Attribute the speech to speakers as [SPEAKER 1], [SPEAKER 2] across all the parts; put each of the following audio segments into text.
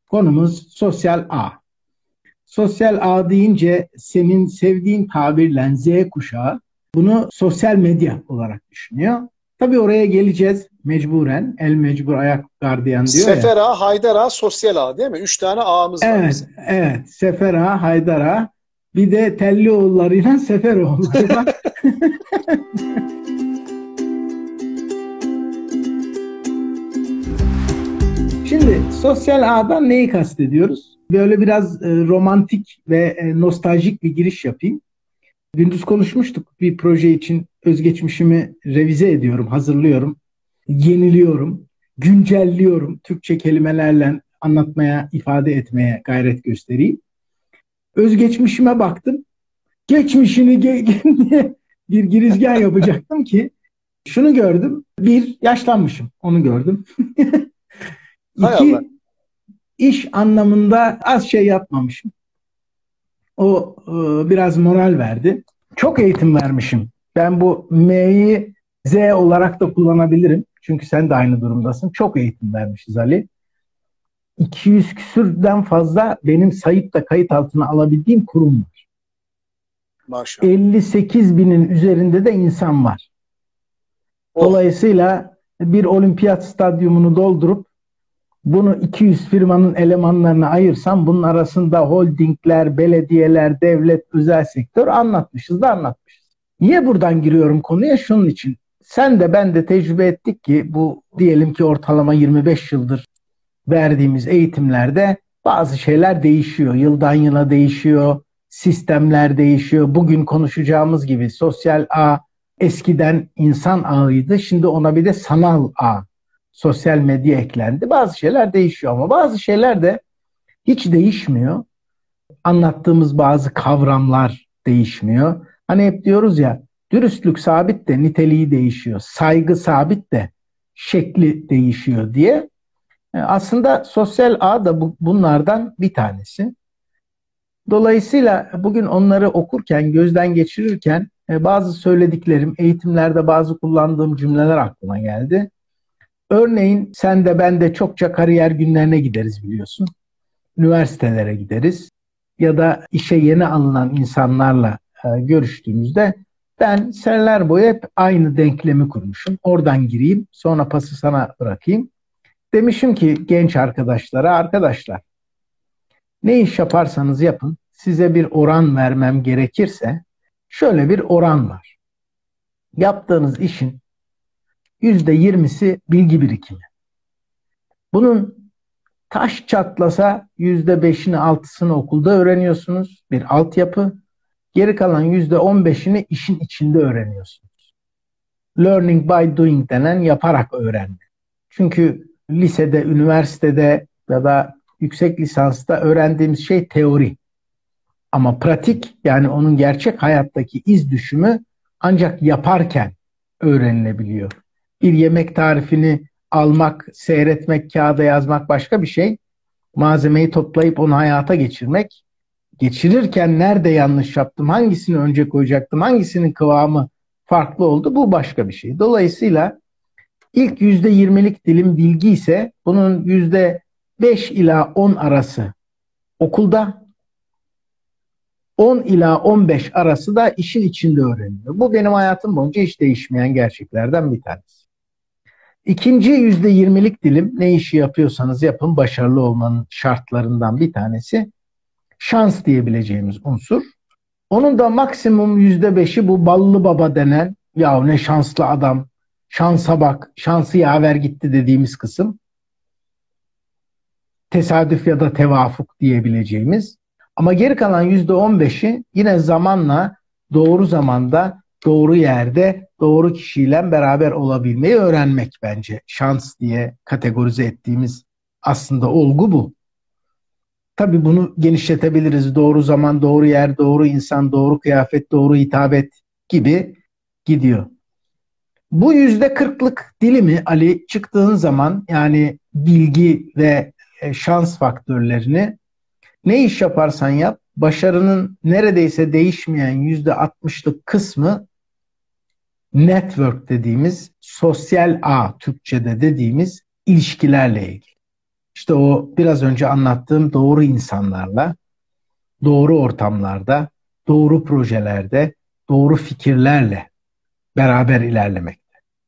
[SPEAKER 1] Konumuz sosyal ağ. Sosyal ağ deyince senin sevdiğin tabirle Z kuşağı bunu sosyal medya olarak düşünüyor. Tabii oraya geleceğiz mecburen. El mecbur ayak gardiyan diyor ya.
[SPEAKER 2] Sefer Ağa, Haydar Ağa, Sosyal Ağa değil mi? Üç tane ağımız var
[SPEAKER 1] Evet,
[SPEAKER 2] bizim.
[SPEAKER 1] evet. Sefer Ağa, Haydar Ağa. Bir de Tellioğulları'yla Seferoğulları var. Şimdi sosyal ağdan neyi kastediyoruz? Böyle biraz romantik ve nostaljik bir giriş yapayım. Gündüz konuşmuştuk, bir proje için özgeçmişimi revize ediyorum, hazırlıyorum, yeniliyorum, güncelliyorum. Türkçe kelimelerle anlatmaya, ifade etmeye gayret göstereyim. Özgeçmişime baktım. Geçmişini diye bir girizgah yapacaktım ki şunu gördüm. Bir, yaşlanmışım. Onu gördüm.
[SPEAKER 2] Hay Allah.
[SPEAKER 1] İki, iş anlamında az şey yapmamışım. O biraz moral verdi. Çok eğitim vermişim. Ben bu M'yi Z olarak da kullanabilirim. Çünkü sen de aynı durumdasın. Çok eğitim vermişiz Ali. 200 küsürden fazla benim sayıp da kayıt altına alabildiğim kurum var.
[SPEAKER 2] Maşallah.
[SPEAKER 1] 58 binin üzerinde de insan var.
[SPEAKER 2] Oh.
[SPEAKER 1] Dolayısıyla bir olimpiyat stadyumunu doldurup bunu 200 firmanın elemanlarına ayırsam bunun arasında holdingler, belediyeler, devlet, özel sektör anlatmışız da anlatmışız. Niye buradan giriyorum konuya? Şunun için. Sen de ben de tecrübe ettik ki bu diyelim ki ortalama 25 yıldır verdiğimiz eğitimlerde bazı şeyler değişiyor. Yıldan yıla değişiyor. Sistemler değişiyor. Bugün konuşacağımız gibi sosyal ağ eskiden insan ağıydı. Şimdi ona bir de sanal ağ, sosyal medya eklendi. Bazı şeyler değişiyor ama bazı şeyler de hiç değişmiyor. Anlattığımız bazı kavramlar değişmiyor. Hani hep diyoruz ya, dürüstlük sabit de niteliği değişiyor. Saygı sabit de şekli değişiyor diye. Aslında sosyal ağ da bunlardan bir tanesi. Dolayısıyla bugün onları okurken, gözden geçirirken bazı söylediklerim, eğitimlerde bazı kullandığım cümleler aklıma geldi. Örneğin sen de ben de çokça kariyer günlerine gideriz biliyorsun. Üniversitelere gideriz ya da işe yeni alınan insanlarla görüştüğümüzde ben seneler boyu hep aynı denklemi kurmuşum. Oradan gireyim, sonra pası sana bırakayım. Demişim ki genç arkadaşlara, arkadaşlar ne iş yaparsanız yapın, size bir oran vermem gerekirse şöyle bir oran var. Yaptığınız işin %20'si bilgi birikimi. Bunun taş çatlasa %5'ini 6'sını okulda öğreniyorsunuz. Bir altyapı. Geri kalan %15'ini işin içinde öğreniyorsunuz. Learning by doing denen yaparak öğrenme. Çünkü lisede, üniversitede ya da yüksek lisansta öğrendiğimiz şey teori. Ama pratik, yani onun gerçek hayattaki iz düşümü ancak yaparken öğrenilebiliyor. Bir yemek tarifini almak, seyretmek, kağıda yazmak başka bir şey. Malzemeyi toplayıp onu hayata geçirmek. Geçirirken nerede yanlış yaptım, hangisini önce koyacaktım, hangisinin kıvamı farklı oldu, bu başka bir şey. Dolayısıyla ilk %20'lik dilim bilgi ise bunun %5 ila 10 arası okulda, 10 ila 15 arası da işin içinde öğreniliyor. Bu benim hayatım boyunca hiç değişmeyen gerçeklerden bir tanesi. İkinci %20'lik dilim, ne işi yapıyorsanız yapın başarılı olmanın şartlarından bir tanesi şans diyebileceğimiz unsur. Onun da maksimum %5'i bu ballı baba denen, ya ne şanslı adam, şansa bak, şansı yaver gitti dediğimiz kısım. Tesadüf ya da tevafuk diyebileceğimiz. Ama geri kalan %15'i yine zamanla doğru zamanda, doğru yerde, doğru kişiyle beraber olabilmeyi öğrenmek bence. Şans diye kategorize ettiğimiz aslında olgu bu. Tabii bunu genişletebiliriz. Doğru zaman, doğru yer, doğru insan, doğru kıyafet, doğru hitabet gibi gidiyor. Bu %40'lık dilimi Ali çıktığın zaman, yani bilgi ve şans faktörlerini, ne iş yaparsan yap, başarının neredeyse değişmeyen %60'lık kısmı network dediğimiz, sosyal ağ Türkçe'de dediğimiz ilişkilerle ilgili. İşte o biraz önce anlattığım doğru insanlarla, doğru ortamlarda, doğru projelerde, doğru fikirlerle beraber ilerlemek.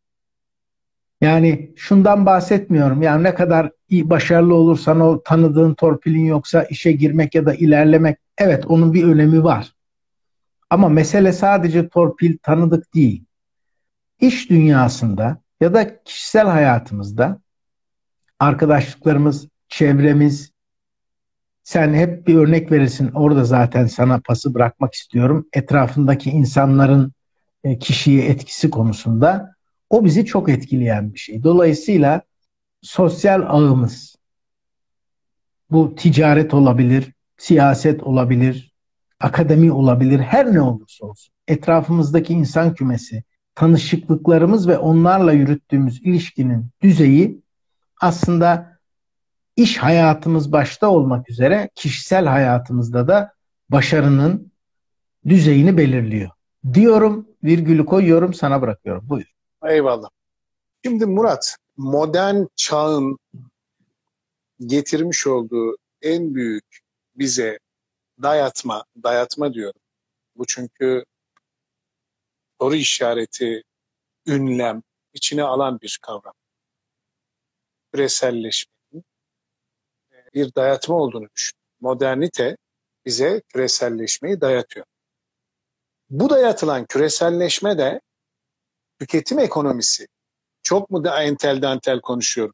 [SPEAKER 1] Yani şundan bahsetmiyorum. Yani ne kadar iyi, başarılı olursan o tanıdığın torpilin yoksa işe girmek ya da ilerlemek. Evet, onun bir önemi var. Ama mesele sadece torpil, tanıdık değil. İş dünyasında ya da kişisel hayatımızda arkadaşlıklarımız, çevremiz, sen hep bir örnek verirsin. Orada zaten sana pası bırakmak istiyorum. Etrafındaki insanların kişiye etkisi konusunda o bizi çok etkileyen bir şey. Dolayısıyla sosyal ağımız, bu ticaret olabilir, siyaset olabilir, akademi olabilir, her ne olursa olsun. Etrafımızdaki insan kümesi, tanışıklıklarımız ve onlarla yürüttüğümüz ilişkinin düzeyi aslında iş hayatımız başta olmak üzere kişisel hayatımızda da başarının düzeyini belirliyor. Diyorum, virgülü koyuyorum, sana bırakıyorum. Buyur.
[SPEAKER 2] Eyvallah. Şimdi Murat, modern çağın getirmiş olduğu en büyük bize dayatma diyorum. Bu çünkü soru işareti, ünlem içine alan bir kavram. Küreselleşmenin bir dayatma olduğunu düşün. Modernite bize küreselleşmeyi dayatıyor. Bu dayatılan küreselleşme de tüketim ekonomisi. Çok mu da entel dantel konuşuyorum?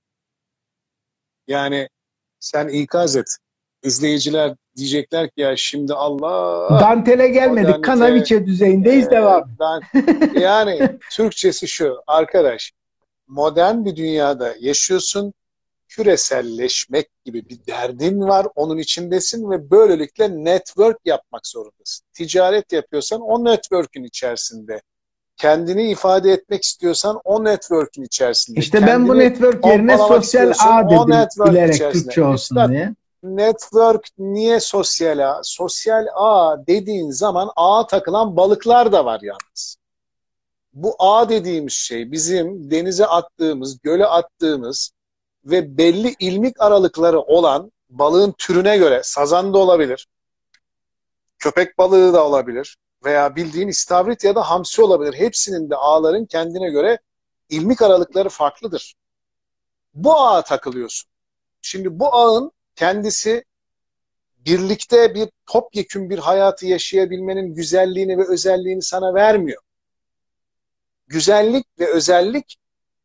[SPEAKER 2] Yani sen ikaz et. İzleyiciler diyecekler ki ya şimdi Allah
[SPEAKER 1] Dantele gelmedik.
[SPEAKER 2] modernite
[SPEAKER 1] Kanaviçe düzeyindeyiz, devam.
[SPEAKER 2] yani Türkçesi şu arkadaş, modern bir dünyada yaşıyorsun, küreselleşmek gibi bir derdin var, onun içindesin ve böylelikle network yapmak zorundasın. Ticaret yapıyorsan o network'ün içerisinde. Kendini ifade etmek istiyorsan o network'ün içerisinde.
[SPEAKER 1] İşte ben bu network yerine sosyal ağ dedim, bilerek
[SPEAKER 2] içerisinde.
[SPEAKER 1] Türkçe olsun
[SPEAKER 2] Üstad,
[SPEAKER 1] diye.
[SPEAKER 2] network niye sosyal ağ? Sosyal ağ dediğin zaman ağa takılan balıklar da var yalnız. Bu ağ dediğimiz şey bizim denize attığımız, göle attığımız ve belli ilmik aralıkları olan balığın türüne göre sazan da olabilir, köpek balığı da olabilir veya bildiğin istavrit ya da hamsi olabilir. Hepsinin de ağların kendine göre ilmik aralıkları farklıdır. Bu ağa takılıyorsun. Şimdi bu ağın kendisi birlikte bir topyekün bir hayatı yaşayabilmenin güzelliğini ve özelliğini sana vermiyor. Güzellik ve özellik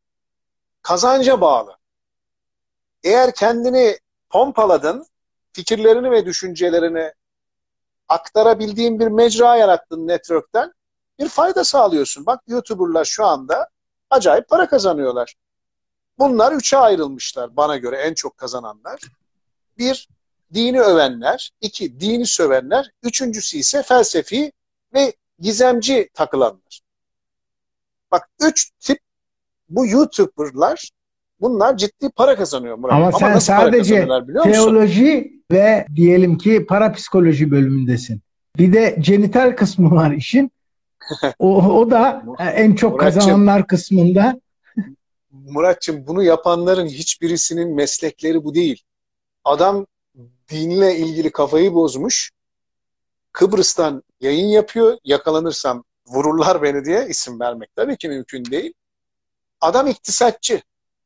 [SPEAKER 2] kazanca bağlı. Eğer kendini pompaladın, fikirlerini ve düşüncelerini aktarabildiğin bir mecra yarattın network'ten, bir fayda sağlıyorsun. Bak YouTuber'lar şu anda acayip para kazanıyorlar. Bunlar üçe ayrılmışlar bana göre en çok kazananlar. Bir, dini övenler. İki, dini sövenler. Üçüncüsü ise felsefi ve gizemci takılanlar. Bak üç tip bu YouTuber'lar, bunlar ciddi para kazanıyor Murat.
[SPEAKER 1] Ama sen
[SPEAKER 2] nasıl
[SPEAKER 1] sadece teoloji
[SPEAKER 2] musun?
[SPEAKER 1] ve diyelim ki parapsikoloji bölümündesin. Bir de genital kısmı var işin. O da en çok kazananlar kısmında.
[SPEAKER 2] Muratçım, bunu yapanların hiçbirisinin meslekleri bu değil. Adam dinle ilgili kafayı bozmuş. Kıbrıs'tan yayın yapıyor. Yakalanırsam vururlar beni diye, isim vermek tabii ki mümkün değil. Adam iktisatçı.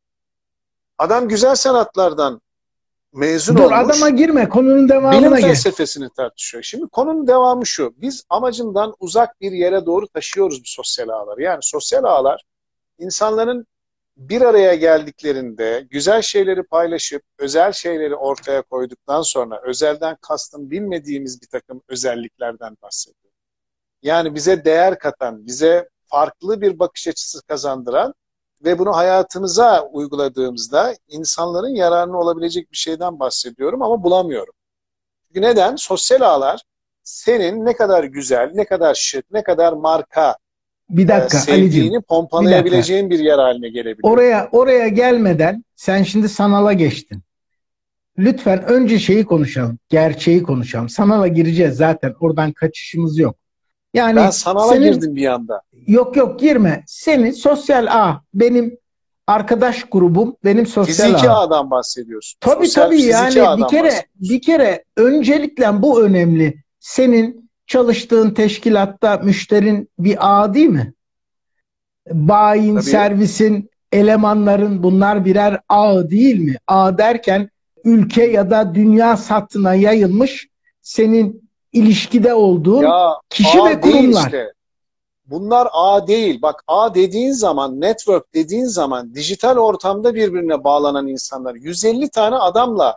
[SPEAKER 2] Adam güzel sanatlardan mezun olmuş.
[SPEAKER 1] Adama girme, konunun devamına
[SPEAKER 2] bilim
[SPEAKER 1] gel.
[SPEAKER 2] felsefesini tartışıyor. Şimdi konunun devamı şu. Biz amacından uzak bir yere doğru taşıyoruz bu sosyal ağları. Yani sosyal ağlar insanların bir araya geldiklerinde güzel şeyleri paylaşıp özel şeyleri ortaya koyduktan sonra, özelden kastım bilmediğimiz bir takım özelliklerden bahsediyor. Yani bize değer katan, bize farklı bir bakış açısı kazandıran ve bunu hayatımıza uyguladığımızda insanların yararına olabilecek bir şeyden bahsediyorum ama bulamıyorum. Çünkü neden? Sosyal ağlar senin ne kadar güzel, ne kadar şık, ne kadar marka
[SPEAKER 1] bir dakika,
[SPEAKER 2] sevdiğini
[SPEAKER 1] Ali'cim,
[SPEAKER 2] pompalayabileceğin bir yer haline gelebiliyor.
[SPEAKER 1] Oraya gelmeden sen şimdi sanala geçtin. Lütfen önce şeyi konuşalım, gerçeği konuşalım. Sanala gireceğiz zaten, oradan kaçışımız yok. Yani
[SPEAKER 2] ben sanala girdim bir anda.
[SPEAKER 1] Yok girme. Seni sosyal ağ, benim arkadaş grubum benim sosyal
[SPEAKER 2] Fiziki
[SPEAKER 1] ağım.
[SPEAKER 2] ağdan bahsediyorsun.
[SPEAKER 1] Tabii
[SPEAKER 2] Sosyal
[SPEAKER 1] tabii,
[SPEAKER 2] fiziki
[SPEAKER 1] yani bir
[SPEAKER 2] ağdan
[SPEAKER 1] kere
[SPEAKER 2] bahsediyorsun.
[SPEAKER 1] öncelikle bu önemli. Senin çalıştığın teşkilatta müşterin bir ağ değil mi? Bayin,
[SPEAKER 2] Tabii.
[SPEAKER 1] servisin, elemanların, bunlar birer ağ değil mi? Ağ derken ülke ya da dünya sattına yayılmış senin ilişkide olduğun
[SPEAKER 2] Ya
[SPEAKER 1] kişi ve
[SPEAKER 2] ağ değil
[SPEAKER 1] kurumlar.
[SPEAKER 2] işte. Bunlar ağ değil. Bak, ağ dediğin zaman, network dediğin zaman dijital ortamda birbirine bağlanan insanlar. 150 tane adamla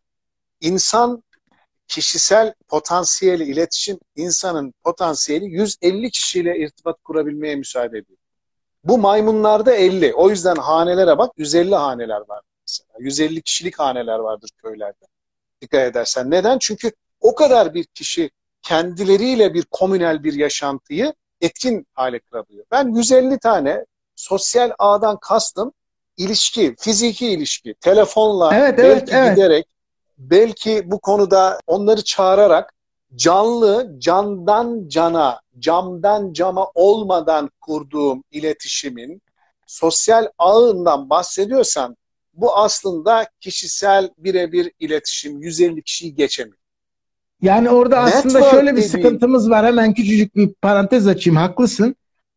[SPEAKER 2] insan kişisel potansiyeli, iletişim, insanın potansiyeli 150 kişiyle irtibat kurabilmeye müsaade ediyor. Bu maymunlarda 50. O yüzden hanelere bak, 150 haneler var mesela. 150 kişilik haneler vardır köylerde. Dikkat edersen. Neden? Çünkü o kadar bir kişi kendileriyle bir komünel bir yaşantıyı etkin hale kılabiliyor. Ben 150 tane sosyal ağdan kastım ilişki, fiziki ilişki, telefonla
[SPEAKER 1] Evet, evet,
[SPEAKER 2] belki
[SPEAKER 1] evet.
[SPEAKER 2] giderek, belki bu konuda onları çağırarak canlı, candan cana, camdan cama olmadan kurduğum iletişimin sosyal ağından bahsediyorsan, bu aslında kişisel birebir iletişim 150 kişiyi geçemiyor.
[SPEAKER 1] Yani orada aslında
[SPEAKER 2] Network
[SPEAKER 1] şöyle bir
[SPEAKER 2] dediğin,
[SPEAKER 1] sıkıntımız var. Hemen küçücük bir parantez açayım. Haklısın.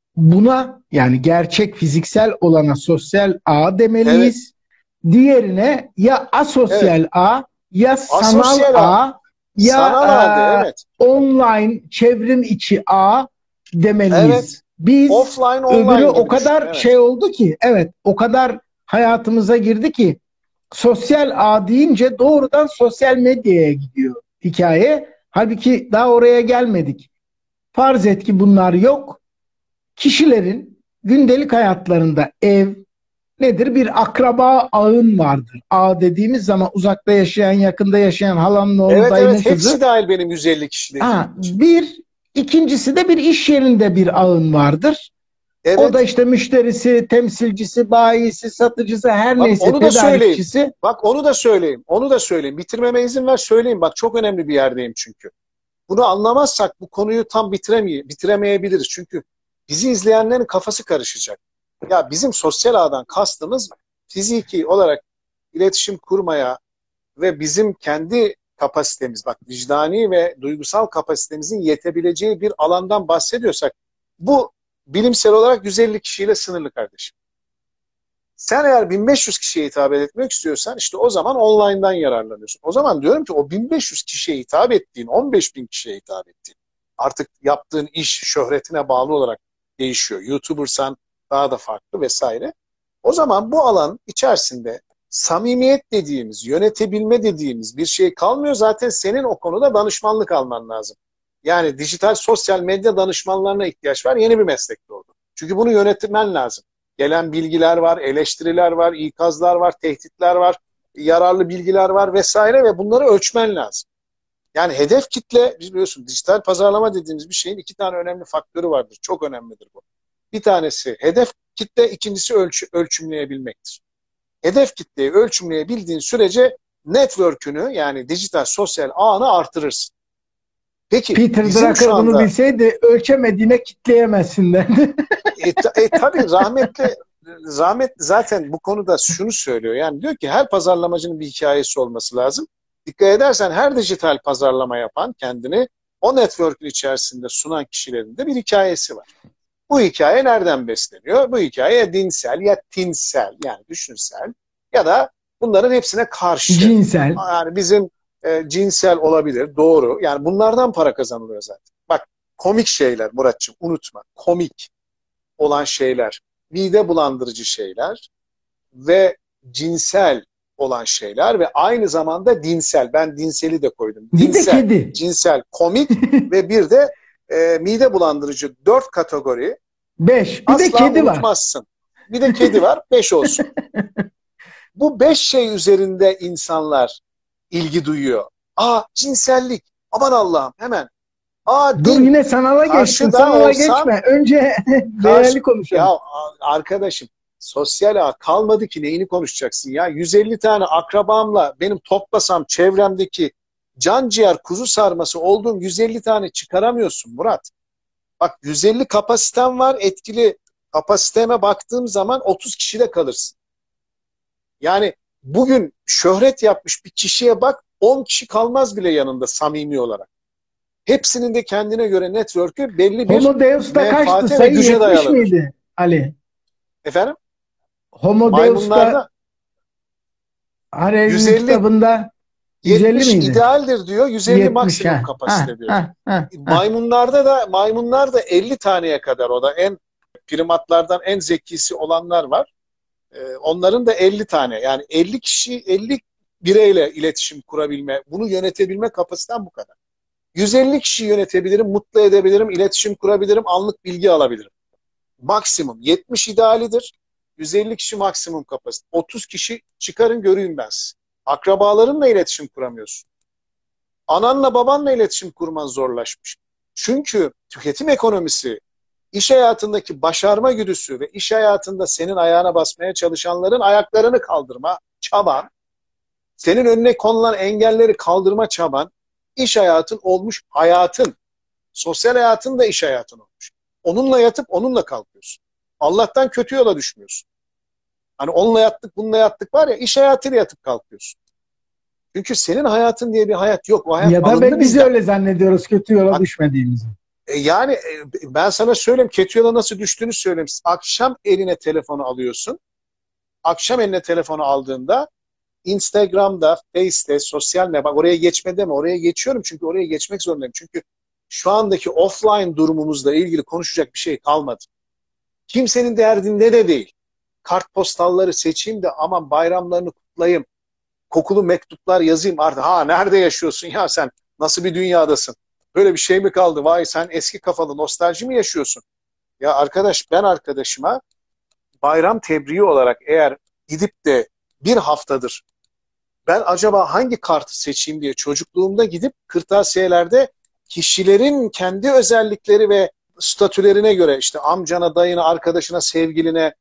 [SPEAKER 1] Buna, yani gerçek fiziksel olana sosyal ağ
[SPEAKER 2] evet,
[SPEAKER 1] demeliyiz. Diğerine ya
[SPEAKER 2] evet,
[SPEAKER 1] asosyal ağ, ya sanal
[SPEAKER 2] asosyal ağ,
[SPEAKER 1] ağ, ya
[SPEAKER 2] sanal ağdı, evet,
[SPEAKER 1] online çevrim içi ağ demeliyiz.
[SPEAKER 2] evet,
[SPEAKER 1] Biz
[SPEAKER 2] offline
[SPEAKER 1] öbürü
[SPEAKER 2] online
[SPEAKER 1] o
[SPEAKER 2] gibi düşün,
[SPEAKER 1] kadar
[SPEAKER 2] evet.
[SPEAKER 1] şey oldu ki, evet, o kadar hayatımıza girdi ki sosyal ağ deyince doğrudan sosyal medyaya gidiyor hikaye. Halbuki daha oraya gelmedik. Farz et ki bunlar yok. Kişilerin gündelik hayatlarında ev nedir? Bir akraba ağın vardır. Ağ dediğimiz zaman uzakta yaşayan, yakında yaşayan halanın oğlu,
[SPEAKER 2] Evet,
[SPEAKER 1] dayının
[SPEAKER 2] evet, hepsi
[SPEAKER 1] kızı.
[SPEAKER 2] dahil benim 150 kişi dediğim için.
[SPEAKER 1] İkincisi de bir iş yerinde bir ağın vardır. O da
[SPEAKER 2] Evet,
[SPEAKER 1] işte müşterisi, temsilcisi, bayisi, satıcısı, her
[SPEAKER 2] bak
[SPEAKER 1] neyse
[SPEAKER 2] onu da söyleyeyim.
[SPEAKER 1] tedarikçisi.
[SPEAKER 2] Bak onu da söyleyeyim. Onu da söyleyeyim. Bitirmeme izin ver, söyleyeyim. Bak, çok önemli bir yerdeyim çünkü. Bunu anlamazsak bu konuyu tam bitiremeyebiliriz. Çünkü bizi izleyenlerin kafası karışacak. Ya bizim sosyal ağdan kastımız fiziki olarak iletişim kurmaya ve bizim kendi kapasitemiz, bak, vicdani ve duygusal kapasitemizin yetebileceği bir alandan bahsediyorsak, bu bilimsel olarak 150 kişiyle sınırlı kardeşim. Sen eğer 1500 kişiye hitap etmek istiyorsan, işte o zaman online'dan yararlanıyorsun. O zaman diyorum ki o 1500 kişiye hitap ettiğin, 15.000 kişiye hitap ettiğin, artık yaptığın iş şöhretine bağlı olarak değişiyor. YouTuber'san daha da farklı vesaire. O zaman bu alan içerisinde samimiyet dediğimiz, yönetebilme dediğimiz bir şey kalmıyor. Zaten senin o konuda danışmanlık alman lazım. Yani dijital sosyal medya danışmanlarına ihtiyaç var. Yeni bir meslek doğdu. Çünkü bunu yönetmen lazım. Gelen bilgiler var, eleştiriler var, ikazlar var, tehditler var, yararlı bilgiler var vesaire ve bunları ölçmen lazım. Yani hedef kitle, biliyorsun, dijital pazarlama dediğimiz bir şeyin iki tane önemli faktörü vardır. Çok önemlidir bu. Bir tanesi hedef kitle, ikincisi ölçümleyebilmektir. Hedef kitleyi ölçümleyebildiğin sürece network'ünü, yani dijital sosyal ağını artırırsın. Peki
[SPEAKER 1] Peter
[SPEAKER 2] bizim şu
[SPEAKER 1] Drucker bunu
[SPEAKER 2] anda
[SPEAKER 1] bilseydi ölçemediğine kitleyemezsin derdi.
[SPEAKER 2] tabii rahmet zaten bu konuda şunu söylüyor. Yani diyor ki her pazarlamacının bir hikayesi olması lazım. Dikkat edersen her dijital pazarlama yapan, kendini o network'ün içerisinde sunan kişilerin de bir hikayesi var. Bu hikaye nereden besleniyor? Bu hikaye ya dinsel ya tinsel, yani düşünsel, ya da bunların hepsine karşı.
[SPEAKER 1] Cinsel.
[SPEAKER 2] Yani bizim cinsel olabilir, doğru. Yani bunlardan para kazanılıyor zaten. Bak, komik şeyler Muratçım, unutma. Komik olan şeyler, mide bulandırıcı şeyler ve cinsel olan şeyler ve aynı zamanda dinsel. Ben dinseli de koydum.
[SPEAKER 1] Bir de
[SPEAKER 2] Dinsel,
[SPEAKER 1] kedi.
[SPEAKER 2] cinsel, komik ve bir de mide bulandırıcı, 4 kategori.
[SPEAKER 1] 5. Bir de
[SPEAKER 2] Asla
[SPEAKER 1] kedi var.
[SPEAKER 2] unutmazsın. Bir de kedi var, 5 olsun. Bu 5 şey üzerinde insanlar ilgi duyuyor. Aa, cinsellik, aman Allah'ım, hemen. Aa,
[SPEAKER 1] Dur,
[SPEAKER 2] din,
[SPEAKER 1] yine sanala geçtin.
[SPEAKER 2] karşıda
[SPEAKER 1] Sanala
[SPEAKER 2] olsam,
[SPEAKER 1] geçme. Önce değerli
[SPEAKER 2] ya
[SPEAKER 1] konuşalım.
[SPEAKER 2] arkadaşım, sosyal ağ kalmadı ki, neyini konuşacaksın ya? 150 tane akrabamla benim toplasam çevremdeki can ciğer kuzu sarması olduğum 150 tane çıkaramıyorsun Murat. Bak, 150 kapasitem var, etkili kapasiteme baktığım zaman 30 kişide kalırsın. Yani bugün şöhret yapmış bir kişiye bak, 10 kişi kalmaz bile yanında samimi olarak. Hepsinin de kendine göre network'ü belli bir
[SPEAKER 1] Homo Deus'ta kaçtı?
[SPEAKER 2] menfaate ve
[SPEAKER 1] Sayı
[SPEAKER 2] güce
[SPEAKER 1] 70
[SPEAKER 2] dayalıdır.
[SPEAKER 1] miydi Ali?
[SPEAKER 2] Efendim?
[SPEAKER 1] Homo Deus'ta
[SPEAKER 2] Maymunlarda
[SPEAKER 1] Harari'nin
[SPEAKER 2] 150,
[SPEAKER 1] kitabında 150
[SPEAKER 2] 70
[SPEAKER 1] miydi?
[SPEAKER 2] idealdir diyor, 150
[SPEAKER 1] 70
[SPEAKER 2] maksimum
[SPEAKER 1] ha. Ha
[SPEAKER 2] kapasite diyor.
[SPEAKER 1] ha ha. Ha.
[SPEAKER 2] Maymunlarda 50 taneye kadar, o da en primatlardan en zekisi olanlar var. Onların da 50 tane, yani 50 kişi, 50 bireyle iletişim kurabilme, bunu yönetebilme kapasitem bu kadar. 150 kişi yönetebilirim, mutlu edebilirim, iletişim kurabilirim, anlık bilgi alabilirim. Maksimum 70 idealidir. 150 kişi maksimum kapasite. 30 kişi çıkarın göreyim ben sizi. Akrabalarınla iletişim kuramıyorsun. Ananla babanla iletişim kurman zorlaşmış. Çünkü tüketim ekonomisi, iş hayatındaki başarma güdüsü ve iş hayatında senin ayağına basmaya çalışanların ayaklarını kaldırma çaban, senin önüne konulan engelleri kaldırma çaban, iş hayatın olmuş hayatın. Sosyal hayatın da iş hayatın olmuş. Onunla yatıp onunla kalkıyorsun. Allah'tan kötü yola düşmüyorsun. Hani onunla yattık bununla yattık var ya, iş hayatıyla yatıp kalkıyorsun. Çünkü senin hayatın diye bir hayat yok. O hayat
[SPEAKER 1] Ya da
[SPEAKER 2] alındı
[SPEAKER 1] biz
[SPEAKER 2] bizden.
[SPEAKER 1] öyle zannediyoruz kötü yola
[SPEAKER 2] Bak,
[SPEAKER 1] düşmediğimizi.
[SPEAKER 2] yani ben sana söyleyeyim, kötü yola nasıl düştüğünü söyleyeyim. Akşam eline telefonu alıyorsun. Akşam eline telefonu aldığında Instagram'da, Face'te, sosyal medya, bak oraya geçme deme, oraya geçiyorum çünkü oraya geçmek zorundayım. Çünkü şu andaki offline durumumuzla ilgili konuşacak bir şey kalmadı. Kimsenin derdinde de değil. Kartpostalları seçeyim de aman bayramlarını kutlayayım. Kokulu mektuplar yazayım artık. Ha, nerede yaşıyorsun ya sen? Nasıl bir dünyadasın? Böyle bir şey mi kaldı? Vay, sen eski kafalı nostalji mi yaşıyorsun? Ya arkadaş, ben arkadaşıma bayram tebriği olarak eğer gidip de bir haftadır ben acaba hangi kartı seçeyim diye çocukluğumda gidip kırtasiyelerde kişilerin kendi özellikleri ve statülerine göre, işte amcana, dayına, arkadaşına, sevgiline,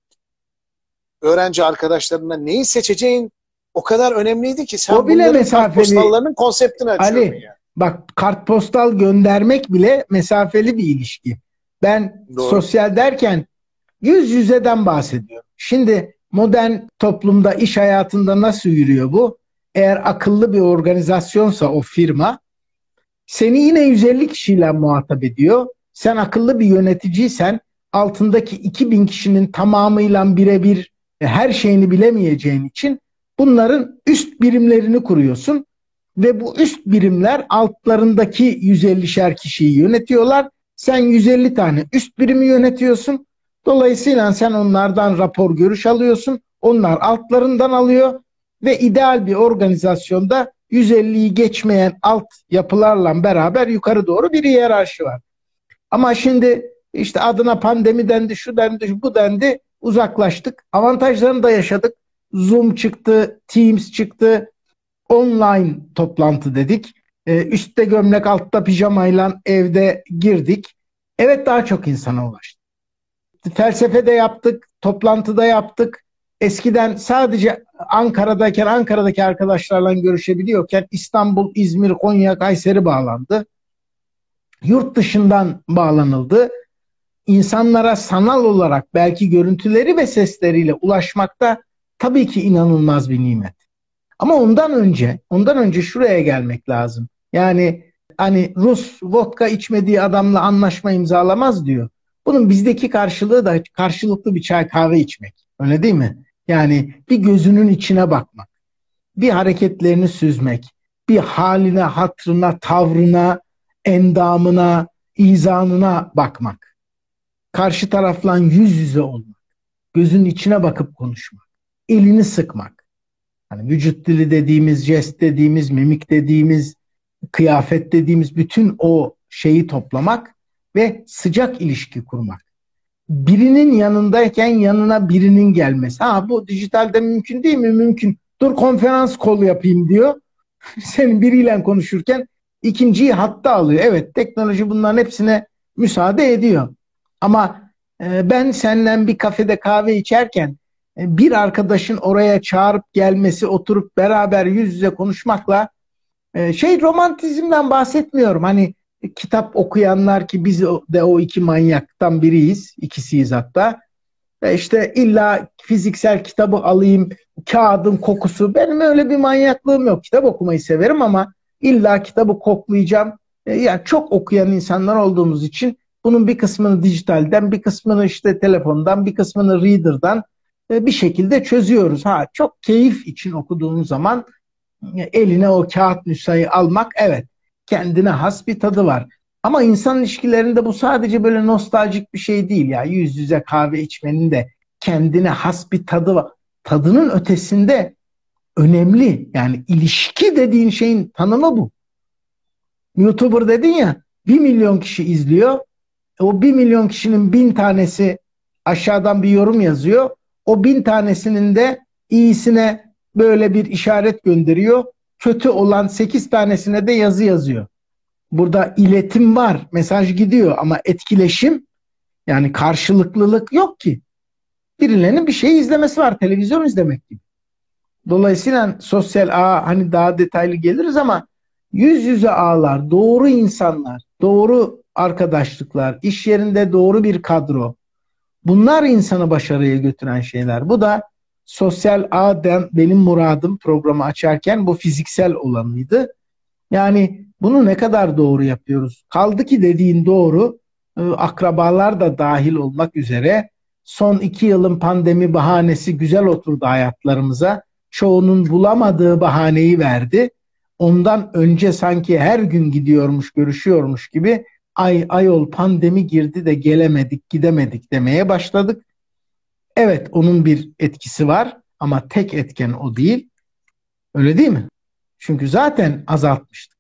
[SPEAKER 2] öğrenci arkadaşlarına neyi seçeceğin o kadar önemliydi ki sen
[SPEAKER 1] O bile
[SPEAKER 2] bunların
[SPEAKER 1] mesafeli
[SPEAKER 2] kartpostallarının konseptini açıyordun
[SPEAKER 1] Ali.
[SPEAKER 2] yani.
[SPEAKER 1] Bak, kartpostal göndermek bile mesafeli bir ilişki. Ben
[SPEAKER 2] Doğru.
[SPEAKER 1] sosyal derken yüz yüzeden bahsediyorum. Şimdi modern toplumda, iş hayatında nasıl yürüyor bu? Eğer akıllı bir organizasyonsa o firma, seni yine 150 kişiyle muhatap ediyor. Sen akıllı bir yöneticiysen altındaki 2000 kişinin tamamıyla birebir her şeyini bilemeyeceğin için bunların üst birimlerini kuruyorsun ve bu üst birimler altlarındaki 150'şer kişiyi yönetiyorlar. Sen 150 tane üst birimi yönetiyorsun. Dolayısıyla sen onlardan rapor görüş alıyorsun. Onlar altlarından alıyor ve ideal bir organizasyonda 150'yi geçmeyen alt yapılarla beraber yukarı doğru bir hiyerarşi var. Ama şimdi işte adına pandemi dendi, şu dendi, bu dendi, uzaklaştık. Avantajlarını da yaşadık. Zoom çıktı, Teams çıktı, online toplantı dedik. Üstte gömlek, altta pijamayla evde girdik. Evet, daha çok insana ulaştık. Felsefede yaptık, toplantıda yaptık. Eskiden sadece Ankara'dayken Ankara'daki arkadaşlarla görüşebiliyorken İstanbul, İzmir, Konya, Kayseri bağlandı. Yurt dışından bağlanıldı. İnsanlara sanal olarak belki görüntüleri ve sesleriyle ulaşmakta tabii ki inanılmaz bir nimet. Ama ondan önce şuraya gelmek lazım. Yani hani Rus vodka içmediği adamla anlaşma imzalamaz diyor. Bunun bizdeki karşılığı da karşılıklı bir çay kahve içmek. Öyle değil mi? Yani bir gözünün içine bakmak, bir hareketlerini süzmek, bir haline, hatrına, tavrına, endamına, izanına bakmak. Karşı tarafla yüz yüze olmak, gözünün içine bakıp konuşmak, elini sıkmak. Hani vücut dili dediğimiz, jest dediğimiz, mimik dediğimiz, kıyafet dediğimiz bütün o şeyi toplamak ve sıcak ilişki kurmak. Birinin yanındayken yanına birinin gelmesi. Ha, bu dijitalde mümkün değil mi? Mümkün. Dur konferans kol yapayım diyor. Senin biriyle konuşurken ikinciyi hatta alıyor. Evet, teknoloji bunların hepsine müsaade ediyor. Ama ben seninle bir kafede kahve içerken bir arkadaşın oraya çağırıp gelmesi, oturup beraber yüz yüze konuşmakla romantizmden bahsetmiyorum. Hani kitap okuyanlar, ki biz de o iki manyaktan biriyiz, ikisiyiz hatta. Ve işte illa fiziksel kitabı alayım, kağıdın kokusu. Benim öyle bir manyaklığım yok. Kitap okumayı severim ama illa kitabı koklayacağım. Yani çok okuyan insanlar olduğumuz için bunun bir kısmını dijitalden, bir kısmını işte telefondan, bir kısmını reader'dan bir şekilde çözüyoruz. Ha, çok keyif için okuduğumuz zaman eline o kağıt nüshayı almak, evet, kendine has bir tadı var. Ama insan ilişkilerinde bu sadece böyle nostaljik bir şey değil ya. Yüz yüze kahve içmenin de kendine has bir tadı var. Tadının ötesinde önemli. Yani ilişki dediğin şeyin tanımı bu. YouTuber dedin ya, 1 milyon kişi izliyor. O 1 milyon kişinin 1000 tanesi aşağıdan bir yorum yazıyor. O 1000 tanesinin de iyisine böyle bir işaret gönderiyor. Kötü olan 8 tanesine de yazı yazıyor. Burada iletim var, mesaj gidiyor ama etkileşim, yani karşılıklılık yok ki. Birilerinin bir şey izlemesi var, televizyon izlemek gibi. Dolayısıyla sosyal ağ, hani daha detaylı geliriz ama yüz yüze ağlar, doğru insanlar, doğru arkadaşlıklar, iş yerinde doğru bir kadro. Bunlar insanı başarıya götüren şeyler. Bu da sosyal ağdan benim muradım programı açarken bu fiziksel olanıydı. Yani bunu ne kadar doğru yapıyoruz? Kaldı ki dediğin doğru, akrabalar da dahil olmak üzere son 2 yılın pandemi bahanesi güzel oturdu hayatlarımıza. Çoğunun bulamadığı bahaneyi verdi. Ondan önce sanki her gün gidiyormuş, görüşüyormuş gibi ayol pandemi girdi de gelemedik, gidemedik demeye başladık. Evet, onun bir etkisi var ama tek etken o değil. Öyle değil mi? Çünkü zaten azaltmıştı.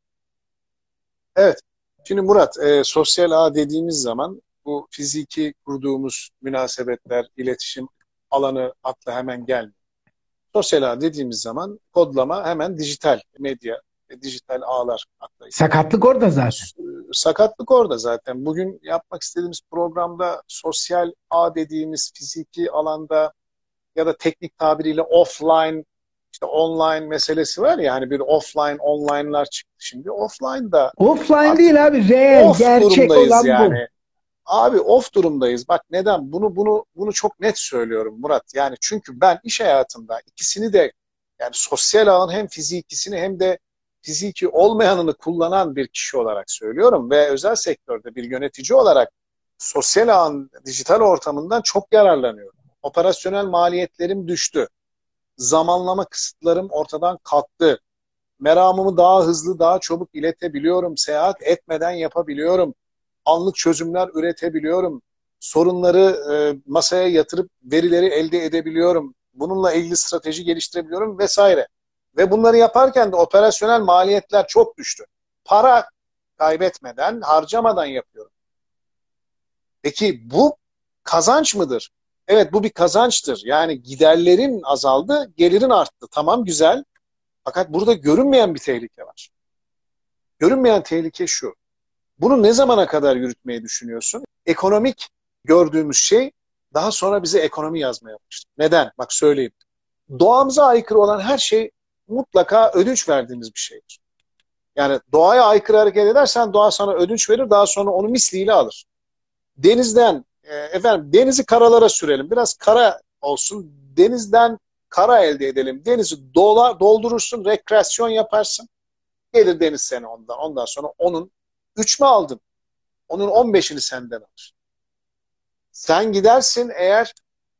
[SPEAKER 2] Evet. Şimdi Murat, sosyal ağ dediğimiz zaman bu fiziki kurduğumuz münasebetler, iletişim alanı akla hemen gelmiyor. Sosyal ağ dediğimiz zaman kodlama hemen dijital medya, dijital ağlar akla geliyor.
[SPEAKER 1] Sakatlık orada zaten.
[SPEAKER 2] Sakatlık orada zaten. Bugün yapmak istediğimiz programda sosyal ağ dediğimiz fiziki alanda ya da teknik tabiriyle offline, işte online meselesi var ya, hani bir offline online'lar çıktı şimdi. Offline'da
[SPEAKER 1] Offline
[SPEAKER 2] artık
[SPEAKER 1] değil abi, reel,
[SPEAKER 2] off
[SPEAKER 1] gerçek
[SPEAKER 2] durumdayız
[SPEAKER 1] olan bu.
[SPEAKER 2] yani. Abi off durumdayız. Bak neden? Bunu çok net söylüyorum Murat. Yani çünkü ben iş hayatında ikisini de, yani sosyal ağın hem fizikisini hem de fiziki olmayanını kullanan bir kişi olarak söylüyorum ve özel sektörde bir yönetici olarak sosyal ağın dijital ortamından çok yararlanıyorum. Operasyonel maliyetlerim düştü. Zamanlama kısıtlarım ortadan kalktı. Meramımı daha hızlı, daha çabuk iletebiliyorum. Seyahat etmeden yapabiliyorum. Anlık çözümler üretebiliyorum. Sorunları masaya yatırıp verileri elde edebiliyorum. Bununla ilgili strateji geliştirebiliyorum vesaire. Ve bunları yaparken de operasyonel maliyetler çok düştü. Para kaybetmeden, harcamadan yapıyorum. Peki bu kazanç mıdır? Evet, bu bir kazançtır. Yani giderlerin azaldı, gelirin arttı. Tamam, güzel. Fakat burada görünmeyen bir tehlike var. Görünmeyen tehlike şu: bunu ne zamana kadar yürütmeyi düşünüyorsun? Ekonomik gördüğümüz şey daha sonra bize ekonomi yazmaya başladı. Neden? Bak söyleyeyim. Doğamıza aykırı olan her şey mutlaka ödünç verdiğimiz bir şeydir. Yani doğaya aykırı hareket edersen doğa sana ödünç verir, daha sonra onu misliyle alır. Denizden, denizi karalara sürelim. Biraz kara olsun. Denizden kara elde edelim. Denizi doldurursun, rekreasyon yaparsın. Gelir deniz seni ondan. Ondan sonra onun 3 mü aldın? Onun 15'ini senden alır. Sen gidersin eğer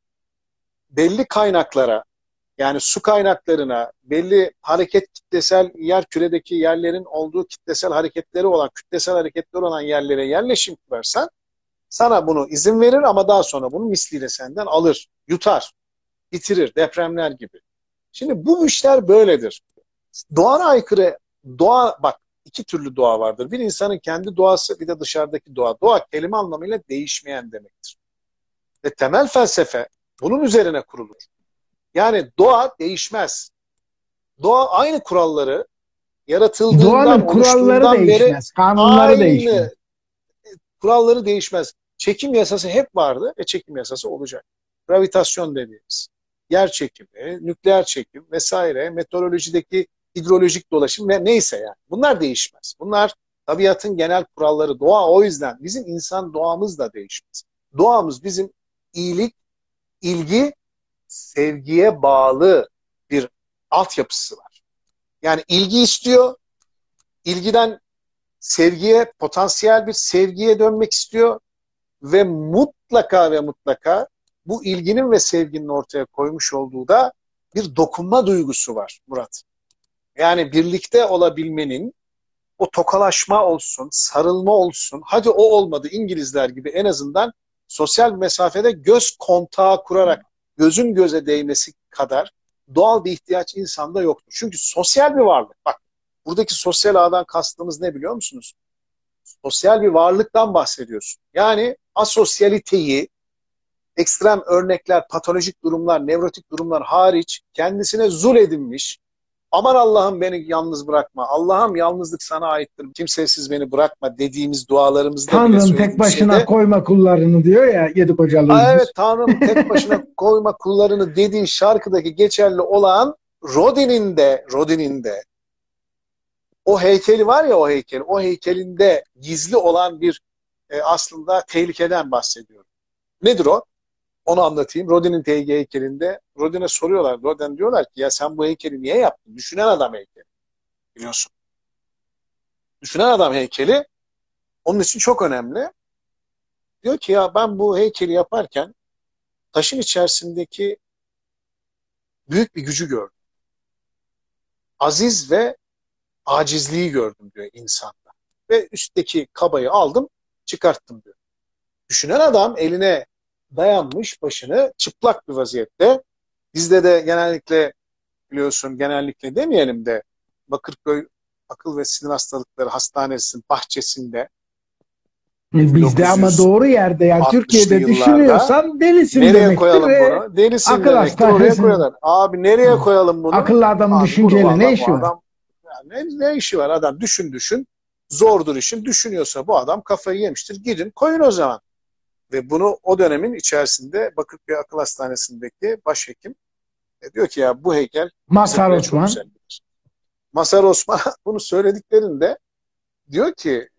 [SPEAKER 2] belli kaynaklara, yani su kaynaklarına, belli hareket kitlesel yer küredeki yerlerin olduğu kitlesel hareketleri olan, kütlesel hareketleri olan yerlere yerleşim kurarsan sana bunu izin verir ama daha sonra bunu misliyle senden alır, yutar, bitirir, depremler gibi. Şimdi bu işler böyledir. Doğana aykırı, bak, iki türlü doğa vardır. Bir insanın kendi doğası, bir de dışarıdaki doğa. Doğa kelime anlamıyla değişmeyen demektir. Ve temel felsefe bunun üzerine kurulur. Yani doğa değişmez. Doğa aynı kuralları
[SPEAKER 1] Doğanın
[SPEAKER 2] yaratıldığından,
[SPEAKER 1] kuralları
[SPEAKER 2] oluştuğundan beri
[SPEAKER 1] değişmez, kanunları değişmez.
[SPEAKER 2] aynı kuralları değişmez. Çekim yasası hep vardı ve çekim yasası olacak. Gravitasyon dediğimiz, yer çekimi, nükleer çekim vesaire, meteorolojideki hidrolojik dolaşım ve neyse yani. Bunlar değişmez. Bunlar tabiatın genel kuralları. Doğa o yüzden bizim insan doğamız da değişmez. Doğamız bizim iyilik İlgi sevgiye bağlı bir altyapısı var. Yani ilgi istiyor, ilgiden sevgiye, potansiyel bir sevgiye dönmek istiyor ve mutlaka ve mutlaka bu ilginin ve sevginin ortaya koymuş olduğu da bir dokunma duygusu var Murat. Yani birlikte olabilmenin, o tokalaşma olsun, sarılma olsun, hadi o olmadı İngilizler gibi en azından sosyal bir mesafede göz kontağı kurarak gözün göze değmesi kadar doğal bir ihtiyaç insanda yoktur. Çünkü sosyal bir varlık. Bak, buradaki sosyal ağdan kastımız ne biliyor musunuz? Sosyal bir varlıktan bahsediyorsun. Yani asosyaliteyi, ekstrem örnekler, patolojik durumlar, nevrotik durumlar hariç kendisine zul edinmiş, aman Allah'ım beni yalnız bırakma, Allah'ım yalnızlık sana aittir, kimsesiz beni bırakma dediğimiz dualarımızda bile
[SPEAKER 1] Tanrım tek
[SPEAKER 2] söylediğimiz
[SPEAKER 1] başına
[SPEAKER 2] şeyde,
[SPEAKER 1] koyma kullarını diyor ya Yedikocalı
[SPEAKER 2] evet
[SPEAKER 1] Ülgüz.
[SPEAKER 2] Tanrım tek başına koyma kullarını dediğin şarkıdaki geçerli olan Rodin'in de o heykeli var ya, o heykelinde gizli olan bir aslında tehlikeden bahsediyorum. Nedir o? Onu anlatayım. Rodin'in heykelinde Rodin'e soruyorlar. Rodin diyorlar ki ya sen bu heykeli niye yaptın? Düşünen adam heykeli. Biliyorsun. Düşünen adam heykeli onun için çok önemli. Diyor ki ya ben bu heykeli yaparken taşın içerisindeki büyük bir gücü gördüm. Aziz ve acizliği gördüm diyor insanda. Ve üstteki kabayı aldım, çıkarttım diyor. Düşünen adam eline dayanmış, başını çıplak bir vaziyette. Bizde de genellikle biliyorsun, genellikle demeyelim de Bakırköy Akıl ve Sinir Hastalıkları Hastanesi'nin bahçesinde
[SPEAKER 1] Bizde ama
[SPEAKER 2] 1960'lı
[SPEAKER 1] doğru yerde, yani Türkiye'de
[SPEAKER 2] yıllarda
[SPEAKER 1] düşünüyorsan delisin
[SPEAKER 2] nereye
[SPEAKER 1] demektir.
[SPEAKER 2] koyalım bunu? Delisin
[SPEAKER 1] Akıl
[SPEAKER 2] demektir. Oraya
[SPEAKER 1] hastanesinin
[SPEAKER 2] koyalım. Abi nereye koyalım bunu?
[SPEAKER 1] akıllı adamın
[SPEAKER 2] Abi bunu
[SPEAKER 1] düşünceyle ne
[SPEAKER 2] valla bu
[SPEAKER 1] işi var?
[SPEAKER 2] adam ne işi var? Adam düşün. Zordur işin. Düşünüyorsa bu adam kafayı yemiştir. Gidin koyun o zaman. Ve bunu o dönemin içerisinde Bakırköy Akıl Hastanesi'ndeki başhekim diyor ki ya bu heykel bize
[SPEAKER 1] Mazhar
[SPEAKER 2] buraya çok
[SPEAKER 1] Osman.
[SPEAKER 2] güzel gelir. Mazhar Osman bunu söylediklerinde diyor ki